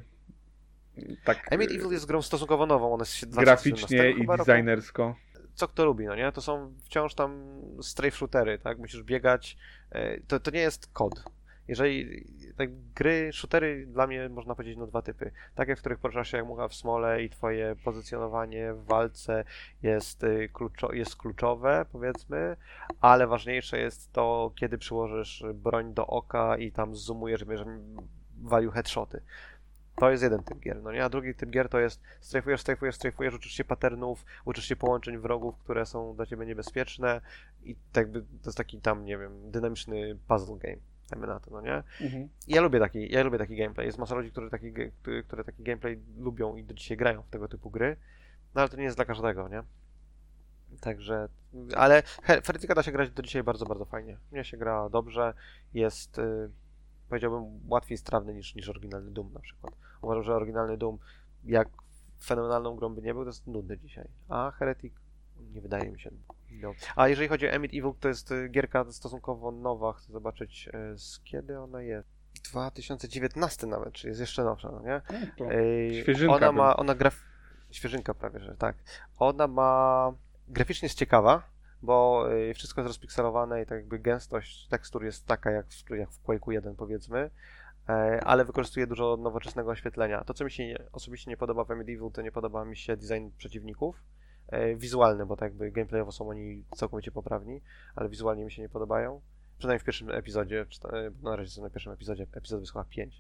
Tak, Emit Evil jest grą stosunkowo nową, ona jest graficznie i designersko. Co kto lubi, no nie? To są wciąż tam strafe shootery, tak? Musisz biegać. To, to nie jest kod. Jeżeli tak gry, shootery dla mnie można powiedzieć no dwa typy. Takie, w których poruszasz się jak mucha w smole i twoje pozycjonowanie w walce jest, y, kluczo- jest kluczowe, powiedzmy, ale ważniejsze jest to, kiedy przyłożysz broń do oka i tam zoomujesz, będziesz walił headshoty. To jest jeden typ gier, no nie? A drugi typ gier to jest strajfujesz, strajfujesz, strajfujesz, uczysz się patternów, uczysz się połączeń wrogów, które są dla ciebie niebezpieczne i tak by, to jest taki tam, nie wiem, dynamiczny puzzle game, dajmy na to, no nie? Mhm. I ja lubię taki, ja lubię taki gameplay. Jest masa ludzi, którzy taki, które, które taki gameplay lubią i do dzisiaj grają w tego typu gry, no ale to nie jest dla każdego, nie? Także, ale Heretyka da się grać do dzisiaj bardzo, bardzo fajnie. Mnie się gra dobrze, jest... Yy, powiedziałbym, łatwiej strawny niż, niż oryginalny Doom na przykład. Uważam, że oryginalny Doom, jak fenomenalną grą by nie był, to jest nudny dzisiaj. A Heretic nie wydaje mi się. No. A jeżeli chodzi o Emit Evil, to jest gierka stosunkowo nowa. Chcę zobaczyć, z kiedy ona jest. dwa tysiące dziewiętnasty nawet, czyli jest jeszcze nowsza, no nie? No świeżynka. Ona ma, ona graf... Świeżynka prawie, że tak. Ona ma... Graficznie jest ciekawa, bo wszystko jest rozpikselowane i tak jakby gęstość tekstur jest taka jak w, jak w Quake'u jeden, powiedzmy, ale wykorzystuje dużo nowoczesnego oświetlenia. To, co mi się nie, osobiście nie podoba w Emit Evil, to nie podoba mi się design przeciwników. Wizualny, bo tak jakby gameplayowo są oni całkowicie poprawni, ale wizualnie mi się nie podobają. Przynajmniej w pierwszym epizodzie, no na razie są na pierwszym epizodzie, epizod jest chyba pięć.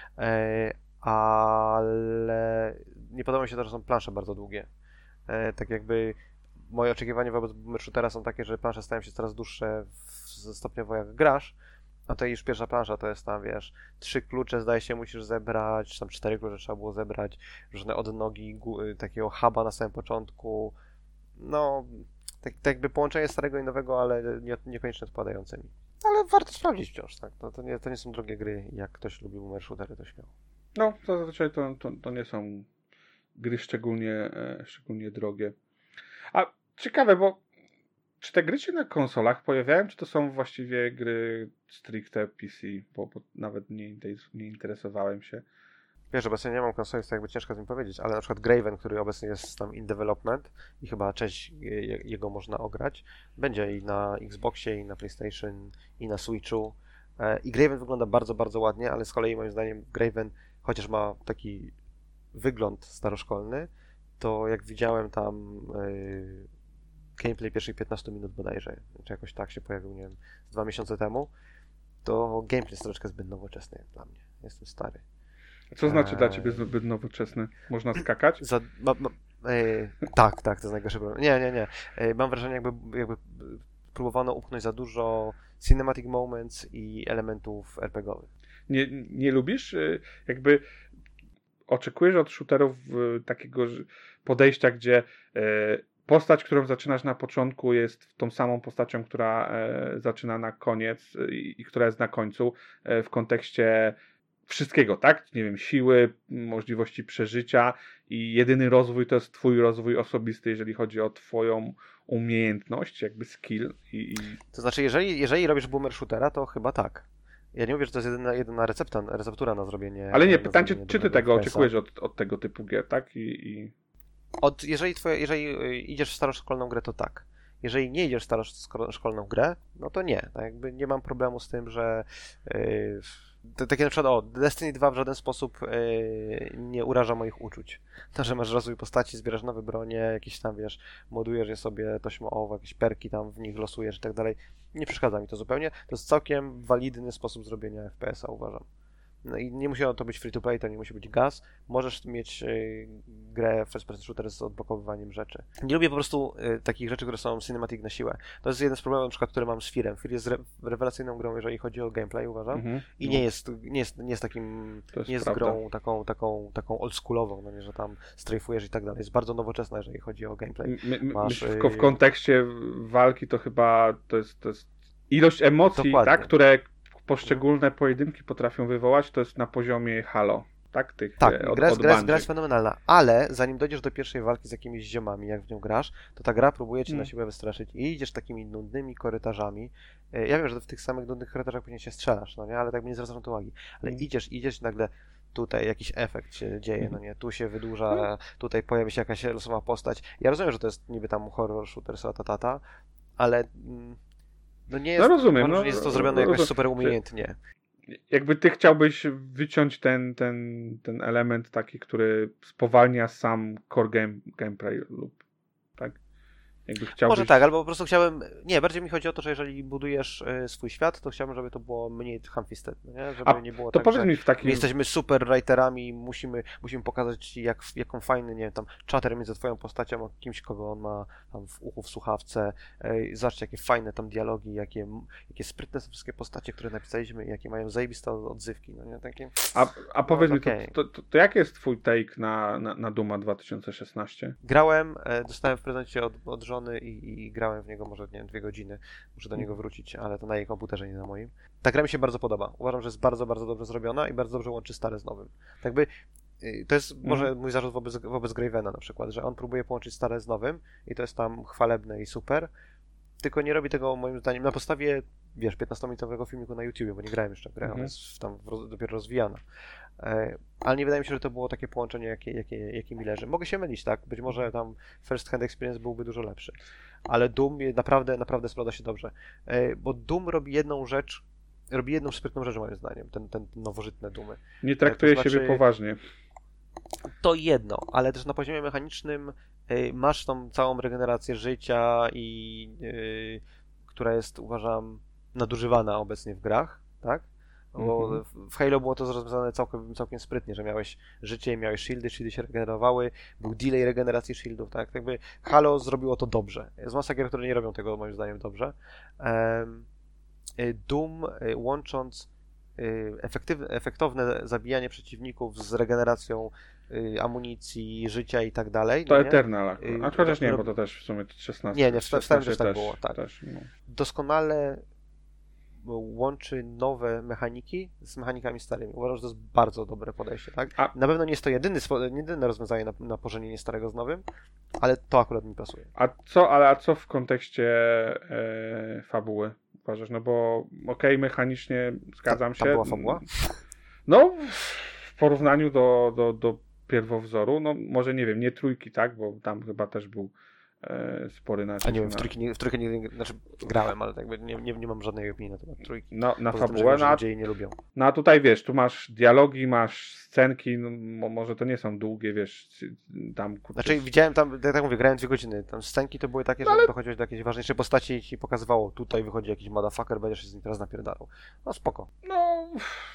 Ale nie podoba mi się to, że są plansze bardzo długie. Tak jakby moje oczekiwania wobec boomer shootera są takie, że plansze stają się coraz dłuższe stopniowo jak grasz, a to już pierwsza plansza to jest tam, wiesz, trzy klucze zdaje się musisz zebrać, czy tam cztery klucze trzeba było zebrać, różne odnogi gó- takiego huba na samym początku, no, tak, tak jakby połączenie starego i nowego, ale nie, niekoniecznie odpadające mi. Ale warto sprawdzić wciąż, tak, to, to, nie, to nie są drogie gry, jak ktoś lubi boomer shootery, to śmiało. No, to zazwyczaj to, to, to nie są gry szczególnie, e, szczególnie drogie. A ciekawe, bo czy te gry się na konsolach pojawiają, czy to są właściwie gry stricte P C? Bo, bo nawet nie, nie interesowałem się. Wiesz, obecnie nie mam konsoli, jest to jakby ciężko z nim powiedzieć, ale na przykład Graven, który obecnie jest tam in development i chyba część jego można ograć, będzie i na Xboxie, i na PlayStation, i na Switchu. I Graven wygląda bardzo, bardzo ładnie, ale z kolei moim zdaniem Graven, chociaż ma taki wygląd staroszkolny, to jak widziałem tam yy, gameplay pierwszych piętnaście minut bodajże, czy jakoś tak się pojawił, nie wiem, z dwa miesiące temu, to gameplay jest troszeczkę zbyt nowoczesny jak dla mnie. Jestem stary. Co znaczy eee... dla ciebie zbyt nowoczesny? Można skakać? Za, ma, ma, yy, tak, tak, to jest najgorszy problem. Nie, nie, nie. Yy, mam wrażenie, jakby, jakby próbowano upchnąć za dużo cinematic moments i elementów er pe gie owych. Nie, nie lubisz? Yy, jakby oczekujesz od shooterów takiego podejścia, gdzie postać, którą zaczynasz na początku, jest tą samą postacią, która zaczyna na koniec i która jest na końcu w kontekście wszystkiego, tak? Nie wiem, siły, możliwości przeżycia i jedyny rozwój to jest twój rozwój osobisty, jeżeli chodzi o twoją umiejętność, jakby skill. I, i... To znaczy, jeżeli, jeżeli robisz boomer shootera, to chyba tak. Ja nie mówię, że to jest jedyna, jedyna recepta, receptura na zrobienie... Ale nie, pytam cię, czy ty tego oczekujesz od, od tego typu gier, tak? I, i... Od, jeżeli, twoje, jeżeli idziesz w staroszkolną grę, to tak. Jeżeli nie idziesz w staroszkolną grę, no to nie. Tak jakby nie mam problemu z tym, że... Yy, to, takie na przykład, o, Destiny dwa w żaden sposób yy, nie uraża moich uczuć. To, że masz rozwój postaci, zbierasz nowe bronie, jakieś tam, wiesz, modujesz je sobie tośmo, jakieś perki tam w nich losujesz i tak dalej. Nie przeszkadza mi to zupełnie. To jest całkiem walidny sposób zrobienia F P S a, uważam. No i nie musi to być free to play, to nie musi być gas. Możesz mieć y, grę first person shooter z odblokowywaniem rzeczy. Nie lubię po prostu y, takich rzeczy, które są cinematic na siłę. To jest jeden z problemów, na przykład, który mam z Fearem. Fear jest re rewelacyjną grą, jeżeli chodzi o gameplay, uważam. Mm -hmm. I nie jest, nie jest, nie jest takim, jest nie jest grą taką, taką, taką oldschoolową, no nie, że tam strajfujesz i tak dalej. Jest bardzo nowoczesna, jeżeli chodzi o gameplay. My, my, Masz, tylko w kontekście walki to chyba to jest, to jest ilość emocji, tak, które poszczególne pojedynki potrafią wywołać, to jest na poziomie Halo, tak? Tych, tak, od, gra, gra, gra jest fenomenalna, ale zanim dojdziesz do pierwszej walki z jakimiś ziomami, jak w nią grasz, to ta gra próbuje cię hmm. na siłę wystraszyć i idziesz takimi nudnymi korytarzami. Ja wiem, że w tych samych nudnych korytarzach później się strzelasz, no nie? Ale tak nie zwracasz na to uwagi. Ale hmm. idziesz, idziesz nagle tutaj jakiś efekt się dzieje, no nie? Tu się wydłuża, hmm. tutaj pojawi się jakaś losowa postać. Ja rozumiem, że to jest niby tam horror shooter, tata, ale... Mm, No nie jest, no rozumiem, no, no, nie jest to zrobione jakoś super umiejętnie. jakby ty chciałbyś wyciąć ten, ten, ten element taki, który spowalnia sam core game, gameplay lub tak? Jakby chciałbyś... Może tak, albo po prostu chciałem... Nie, bardziej mi chodzi o to, że jeżeli budujesz y, swój świat, to chciałbym, żeby to było mniej ham-fisted, nie? Żeby A, nie było to tak, powiedz że mi w takim... my jesteśmy super writerami, musimy, musimy pokazać ci, jak, jaką fajny, nie wiem, tam czater między twoją postacią a kimś, kogo on ma tam w uchu, w słuchawce. Ej, zobaczcie, jakie fajne tam dialogi, jakie, jakie sprytne są wszystkie postacie, które napisaliśmy i jakie mają zajebiste odzywki, no nie? Takie... A, a powiedz no, mi, okay. to, to, to, to jaki jest twój take na, na, na Duma dwa tysiące szesnaście? Grałem, e, dostałem w prezencie od, od żony i, i grałem w niego może, nie wiem, dwie godziny. Muszę do niego wrócić, ale to na jej komputerze, nie na moim. Ta gra mi się bardzo podoba. Uważam, że jest bardzo, bardzo dobrze zrobiona i bardzo dobrze łączy stare z nowym. Tak jakby, y, to jest mm. może mój zarzut wobec, wobec Gravena na przykład, że on próbuje połączyć stare z nowym i to jest tam chwalebne i super, tylko nie robi tego moim zdaniem na podstawie, wiesz, piętnastominutowego filmiku na YouTubie, bo nie grałem jeszcze w grę, mm. ona jest tam roz, dopiero rozwijana. E, ale nie wydaje mi się, że to było takie połączenie, jakie, jakie, jakie mi leży. Mogę się mylić, tak? Być może tam first hand experience byłby dużo lepszy. Ale Doom naprawdę, naprawdę sprawdza się dobrze. E, bo Doom robi jedną rzecz, robi jedną sprytną rzecz moim zdaniem, ten, ten nowożytne Doomy. Nie traktuje e, to znaczy, siebie poważnie. To jedno, ale też na poziomie mechanicznym e, masz tą całą regenerację życia i e, która jest, uważam, nadużywana obecnie w grach, tak? Bo mm-hmm. w Halo było to rozwiązane całkiem, całkiem sprytnie, że miałeś życie, miałeś shieldy, shieldy się regenerowały, był delay regeneracji shieldów, tak? Jakby Halo zrobiło to dobrze. Jest masa gier, które nie robią tego moim zdaniem dobrze. Um, Doom łącząc efektywne, efektowne zabijanie przeciwników z regeneracją amunicji, życia i tak dalej. To Eternal. A chociaż nie, bo to też w sumie szesnaście. Nie, nie, w starym też tak było. Tak. Też, no. Doskonale łączy nowe mechaniki z mechanikami starymi. Uważam, że to jest bardzo dobre podejście, tak? A... Na pewno nie jest to jedyny, jedyne rozwiązanie na, na pożenienie starego z nowym, ale to akurat mi pasuje. A co, ale a co w kontekście e, fabuły uważasz? No bo okej, okay, mechanicznie zgadzam Ta, się. Tam była fabuła? No, w porównaniu do, do, do pierwowzoru, no może nie wiem, nie trójki, tak? Bo tam chyba też był spory na... A nie wiem, w trójki, w trójki nie, znaczy grałem, ale tak nie, nie, nie mam żadnej opinii na temat trójki. No, na Poza fabułę, tym, że na... ludzie jej nie lubią. No a tutaj wiesz, tu masz dialogi, masz scenki, no, może to nie są długie, wiesz, tam... Kurczę... Znaczy widziałem tam, tak mówię, grałem dwie godziny, tam scenki to były takie, że ale... dochodziłeś do jakiejś ważniejszej postaci i ci pokazywało, tutaj wychodzi jakiś motherfucker, będziesz się z nim teraz napierdalał. No spoko. No,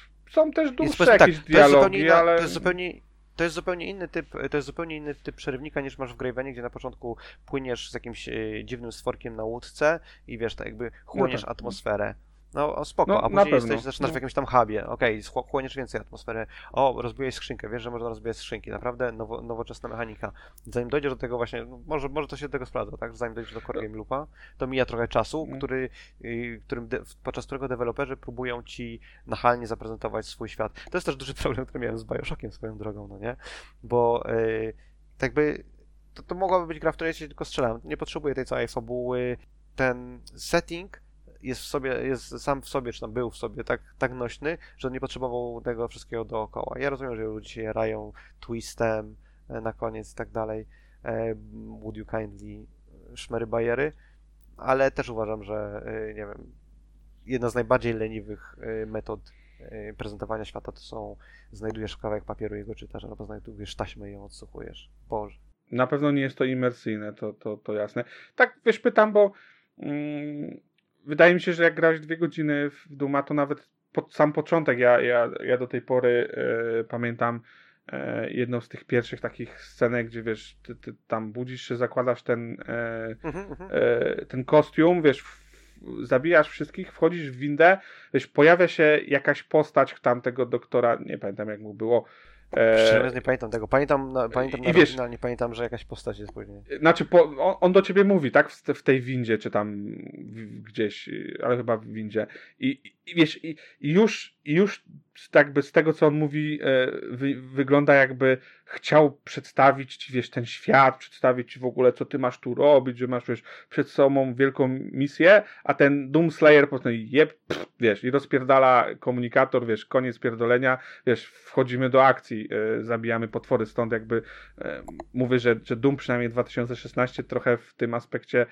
są też dłuższe jest, jakieś tak, dialogi, to inna, ale... To jest zupełnie... To jest zupełnie inny typ, to jest zupełnie inny typ przerywnika niż masz w Gravenie, gdzie na początku płyniesz z jakimś e, dziwnym stworkiem na łódce i wiesz, tak jakby chłoniesz no tak. atmosferę. No o, spoko, no, a później jesteś, zaczynasz no. w jakimś tam hubie, okej, okay, chłoniesz więcej atmosfery. O, rozbiłeś skrzynkę, wiesz, że można rozbijać skrzynki, naprawdę nowo, nowoczesna mechanika. Zanim dojdziesz do tego właśnie, no, może, może to się do tego sprawdza, tak, zanim dojdziesz do Core Game Loopa, to mija trochę czasu, mm. który, y, którym de, podczas którego deweloperzy próbują ci nachalnie zaprezentować swój świat. To jest też duży problem, który miałem z Bioshockiem swoją drogą, no nie? Bo y, tak by to, to mogłaby być gra, w której ja się tylko strzelam. Nie potrzebuję tej całej fabuły. Ten setting jest w sobie, jest sam w sobie, czy tam był w sobie tak, tak nośny, że on nie potrzebował tego wszystkiego dookoła. Ja rozumiem, że ludzie się jarają twistem na koniec i tak dalej. Would you kindly szmery bajery, ale też uważam, że nie wiem, jedna z najbardziej leniwych metod prezentowania świata to są znajdujesz kawałek papieru i jego czytasz, albo znajdujesz taśmę i ją odsłuchujesz. Boże. Na pewno nie jest to imersyjne, to, to, to jasne. Tak, wiesz, pytam, bo mm, wydaje mi się, że jak grałeś dwie godziny w Duma, to nawet pod sam początek, ja, ja, ja do tej pory e, pamiętam e, jedną z tych pierwszych takich scenek, gdzie wiesz, ty, ty tam budzisz się, zakładasz ten, e, mm-hmm. e, ten kostium, wiesz, w, zabijasz wszystkich, wchodzisz w windę, wiesz, pojawia się jakaś postać tamtego doktora, nie pamiętam jak mu było. Szczerze nie pamiętam tego. Pamiętam, na, pamiętam na wiesz, nie pamiętam, że jakaś postać jest później. Znaczy, po, on, on do ciebie mówi, tak? W, w tej windzie, czy tam w, gdzieś, ale chyba w windzie. I, i wiesz, i, i już, i już jakby z tego, co on mówi, e, wy, wygląda jakby chciał przedstawić ci, wiesz, ten świat, przedstawić ci w ogóle, co ty masz tu robić, że masz, wiesz, przed sobą wielką misję, a ten Doomslayer po prostu jeb, pff, wiesz, i rozpierdala komunikator, wiesz, koniec pierdolenia, wiesz, wchodzimy do akcji, e, zabijamy potwory, stąd jakby e, mówię, że, że Doom przynajmniej dwa tysiące szesnaście trochę w tym aspekcie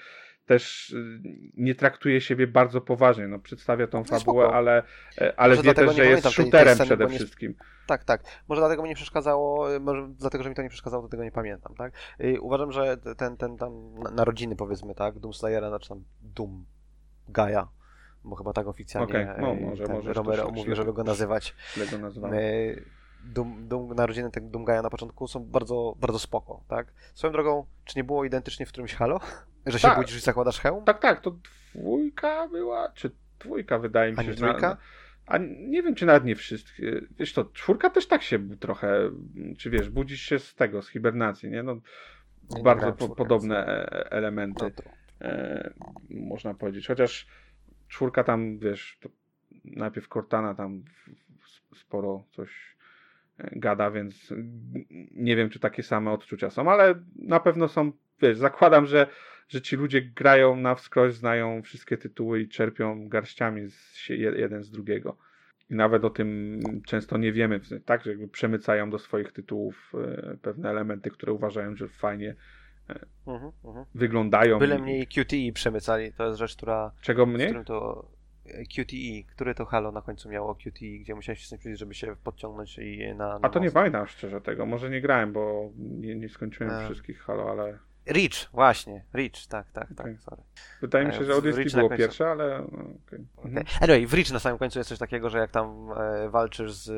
też nie traktuje siebie bardzo poważnie. No, przedstawia tą no, fabułę, spoko. ale, ale wie też, że jest shooterem tej, tej przede nie, wszystkim. Tak, tak. Może dlatego mi nie przeszkadzało, może dlatego, że mi to nie przeszkadzało, to tego nie pamiętam, tak? I uważam, że ten, ten tam narodziny, powiedzmy, tak, Doomslayera, znaczy tam Doom Gaia, bo chyba tak oficjalnie okay. no, może, może Romero mówił, żeby go nazywać. Go nazywam. Doom, Doom, narodziny tego Doom Gaia na początku są bardzo, bardzo spoko, tak? Swoją drogą, czy nie było identycznie w którymś Halo? Że się tak. budzisz i zakładasz hełm? Tak, tak, to dwójka była, czy dwójka wydaje mi się. A nie trójka? Na, a nie wiem, czy nawet nie wszystkie. Wiesz to, czwórka też tak się trochę, czy wiesz, budzisz się z tego, z hibernacji, nie? No, nie bardzo nie po, podobne e- elementy, no to... e, można powiedzieć. Chociaż czwórka tam, wiesz, to najpierw Cortana tam sporo coś gada, więc nie wiem, czy takie same odczucia są, ale na pewno są, wiesz, zakładam, że, że ci ludzie grają na wskroś, znają wszystkie tytuły i czerpią garściami z, jeden z drugiego. I nawet o tym często nie wiemy, tak, że jakby przemycają do swoich tytułów pewne elementy, które uważają, że fajnie uh-huh, uh-huh. wyglądają. Byle mniej Q T E przemycali, to jest rzecz, która... Czego mniej? W którym to... Q T E, które to Halo na końcu miało Q T E, gdzie musiałeś się przyjść, żeby się podciągnąć i na... na A to most. nie pamiętam szczerze tego, może nie grałem, bo nie, nie skończyłem um. wszystkich Halo, ale... Reach, właśnie, Reach, tak, tak, okay. tak, sorry. Wydaje mi się, że Odyssey było pierwsze, ale... Okay. Okay. Mhm. Anyway, w Reach na samym końcu jest coś takiego, że jak tam e, walczysz z...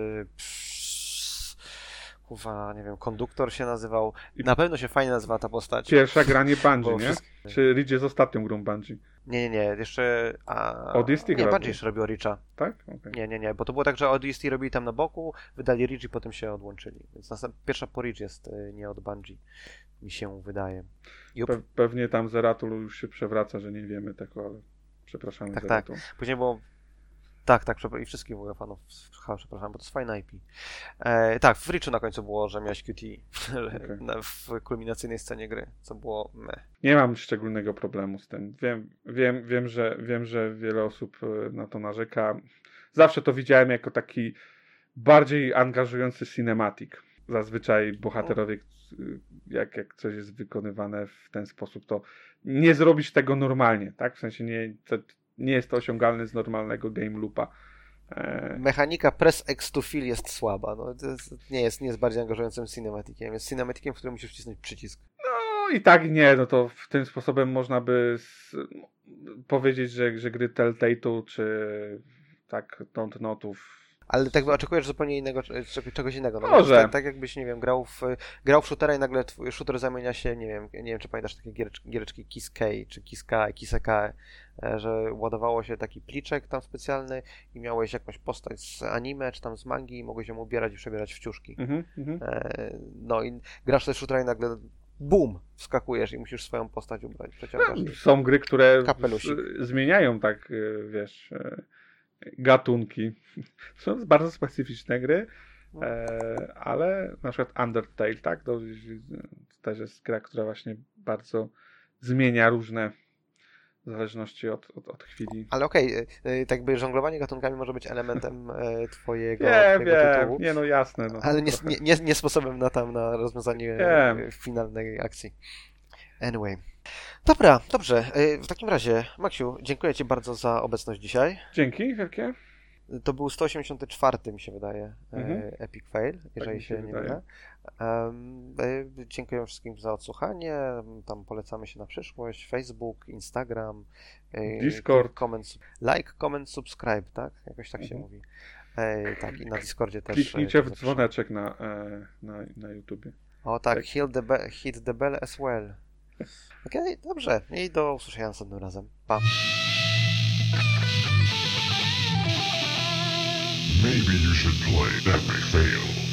Psz, uwa, nie wiem, konduktor się nazywał. Na pewno się fajnie nazywa ta postać. Pierwsza gra nie Bungie, nie? Wszystko... Czy Reach jest ostatnią grą Bungie? Nie, nie, nie, jeszcze... A... Odyssey Nie, robił. Bungie jeszcze robiło Reacha. Tak? Okay. Nie, nie, nie, bo to było tak, że Odyssey robili tam na boku, wydali Reach i potem się odłączyli. Więc następ... pierwsza po Reach jest y, nie od Bungie, mi się wydaje. Pe- pewnie tam Zeratul już się przewraca, że nie wiemy tego, ale przepraszamy tak, Zeratul. Tak, później było... Tak, tak, i wszystkich w ogóle fanów, przepraszam, bo to jest fajna I P. E, tak, w Reachu na końcu było, że miałeś Q T E okay. w kulminacyjnej scenie gry, co było meh. Nie mam szczególnego problemu z tym. Wiem, wiem, wiem, że, wiem, że wiele osób na to narzeka. Zawsze to widziałem jako taki bardziej angażujący cinematic. Zazwyczaj bohaterowie, jak, jak coś jest wykonywane w ten sposób, to nie zrobisz tego normalnie, tak? W sensie nie... To, nie jest to osiągalne z normalnego game loopa. E... Mechanika press X to fill jest słaba. No, to jest, nie, jest, nie jest bardziej angażującym cinematiciem. Jest cinematiciem, w którym musisz wcisnąć przycisk. No i tak nie, no to w tym sposobem można by z, powiedzieć, że, że gry Telltale'u czy tak Dontnotów. Ale tak oczekujesz zupełnie innego, czegoś innego. No, Może. Tak, tak jakbyś, nie wiem, grał w, grał w shootera i nagle twój shooter zamienia się, nie wiem, nie wiem, czy pamiętasz takie giereczki, giereczki Kiss K, czy Kiss K, Kiss K, że ładowało się taki pliczek tam specjalny i miałeś jakąś postać z anime, czy tam z mangi i mogłeś ją ubierać i przebierać w ciuszki. Mm-hmm, mm-hmm. E, no i grasz też shootera i nagle bum, wskakujesz i musisz swoją postać ubrać, przeciągasz. No, są gry, które z, zmieniają tak, wiesz... gatunki. Są bardzo specyficzne gry, no. e, ale na przykład Undertale, tak? To, to też jest gra, która właśnie bardzo zmienia różne w zależności od, od, od chwili. Ale okej, okay, tak by żonglowanie gatunkami może być elementem e, twojego, nie, twojego wiem, tytułu. Nie, no jasne. No, ale nie, nie, nie, nie sposobem na tam na rozwiązanie e, finalnej akcji. Anyway. Dobra, dobrze. W takim razie, Maksiu, dziękuję Ci bardzo za obecność dzisiaj. Dzięki, wielkie. To był sto osiemdziesiąty czwarty, mi się wydaje, mhm. Epic Fail, jeżeli tak się, się nie mylę. Um, dziękuję wszystkim za odsłuchanie. Tam polecamy się na przyszłość. Facebook, Instagram, Discord. Comment, like, comment, subscribe, tak? Jakoś tak mhm. się mówi. E, tak, i na Discordzie też. Kliknijcie w dzwoneczek na, na, na YouTubie. O tak, tak. Hit, the be- hit the bell as well. Okej, okay, dobrze. I do usłyszenia następnym razem. Pa. Maybe you should play Epic Fail.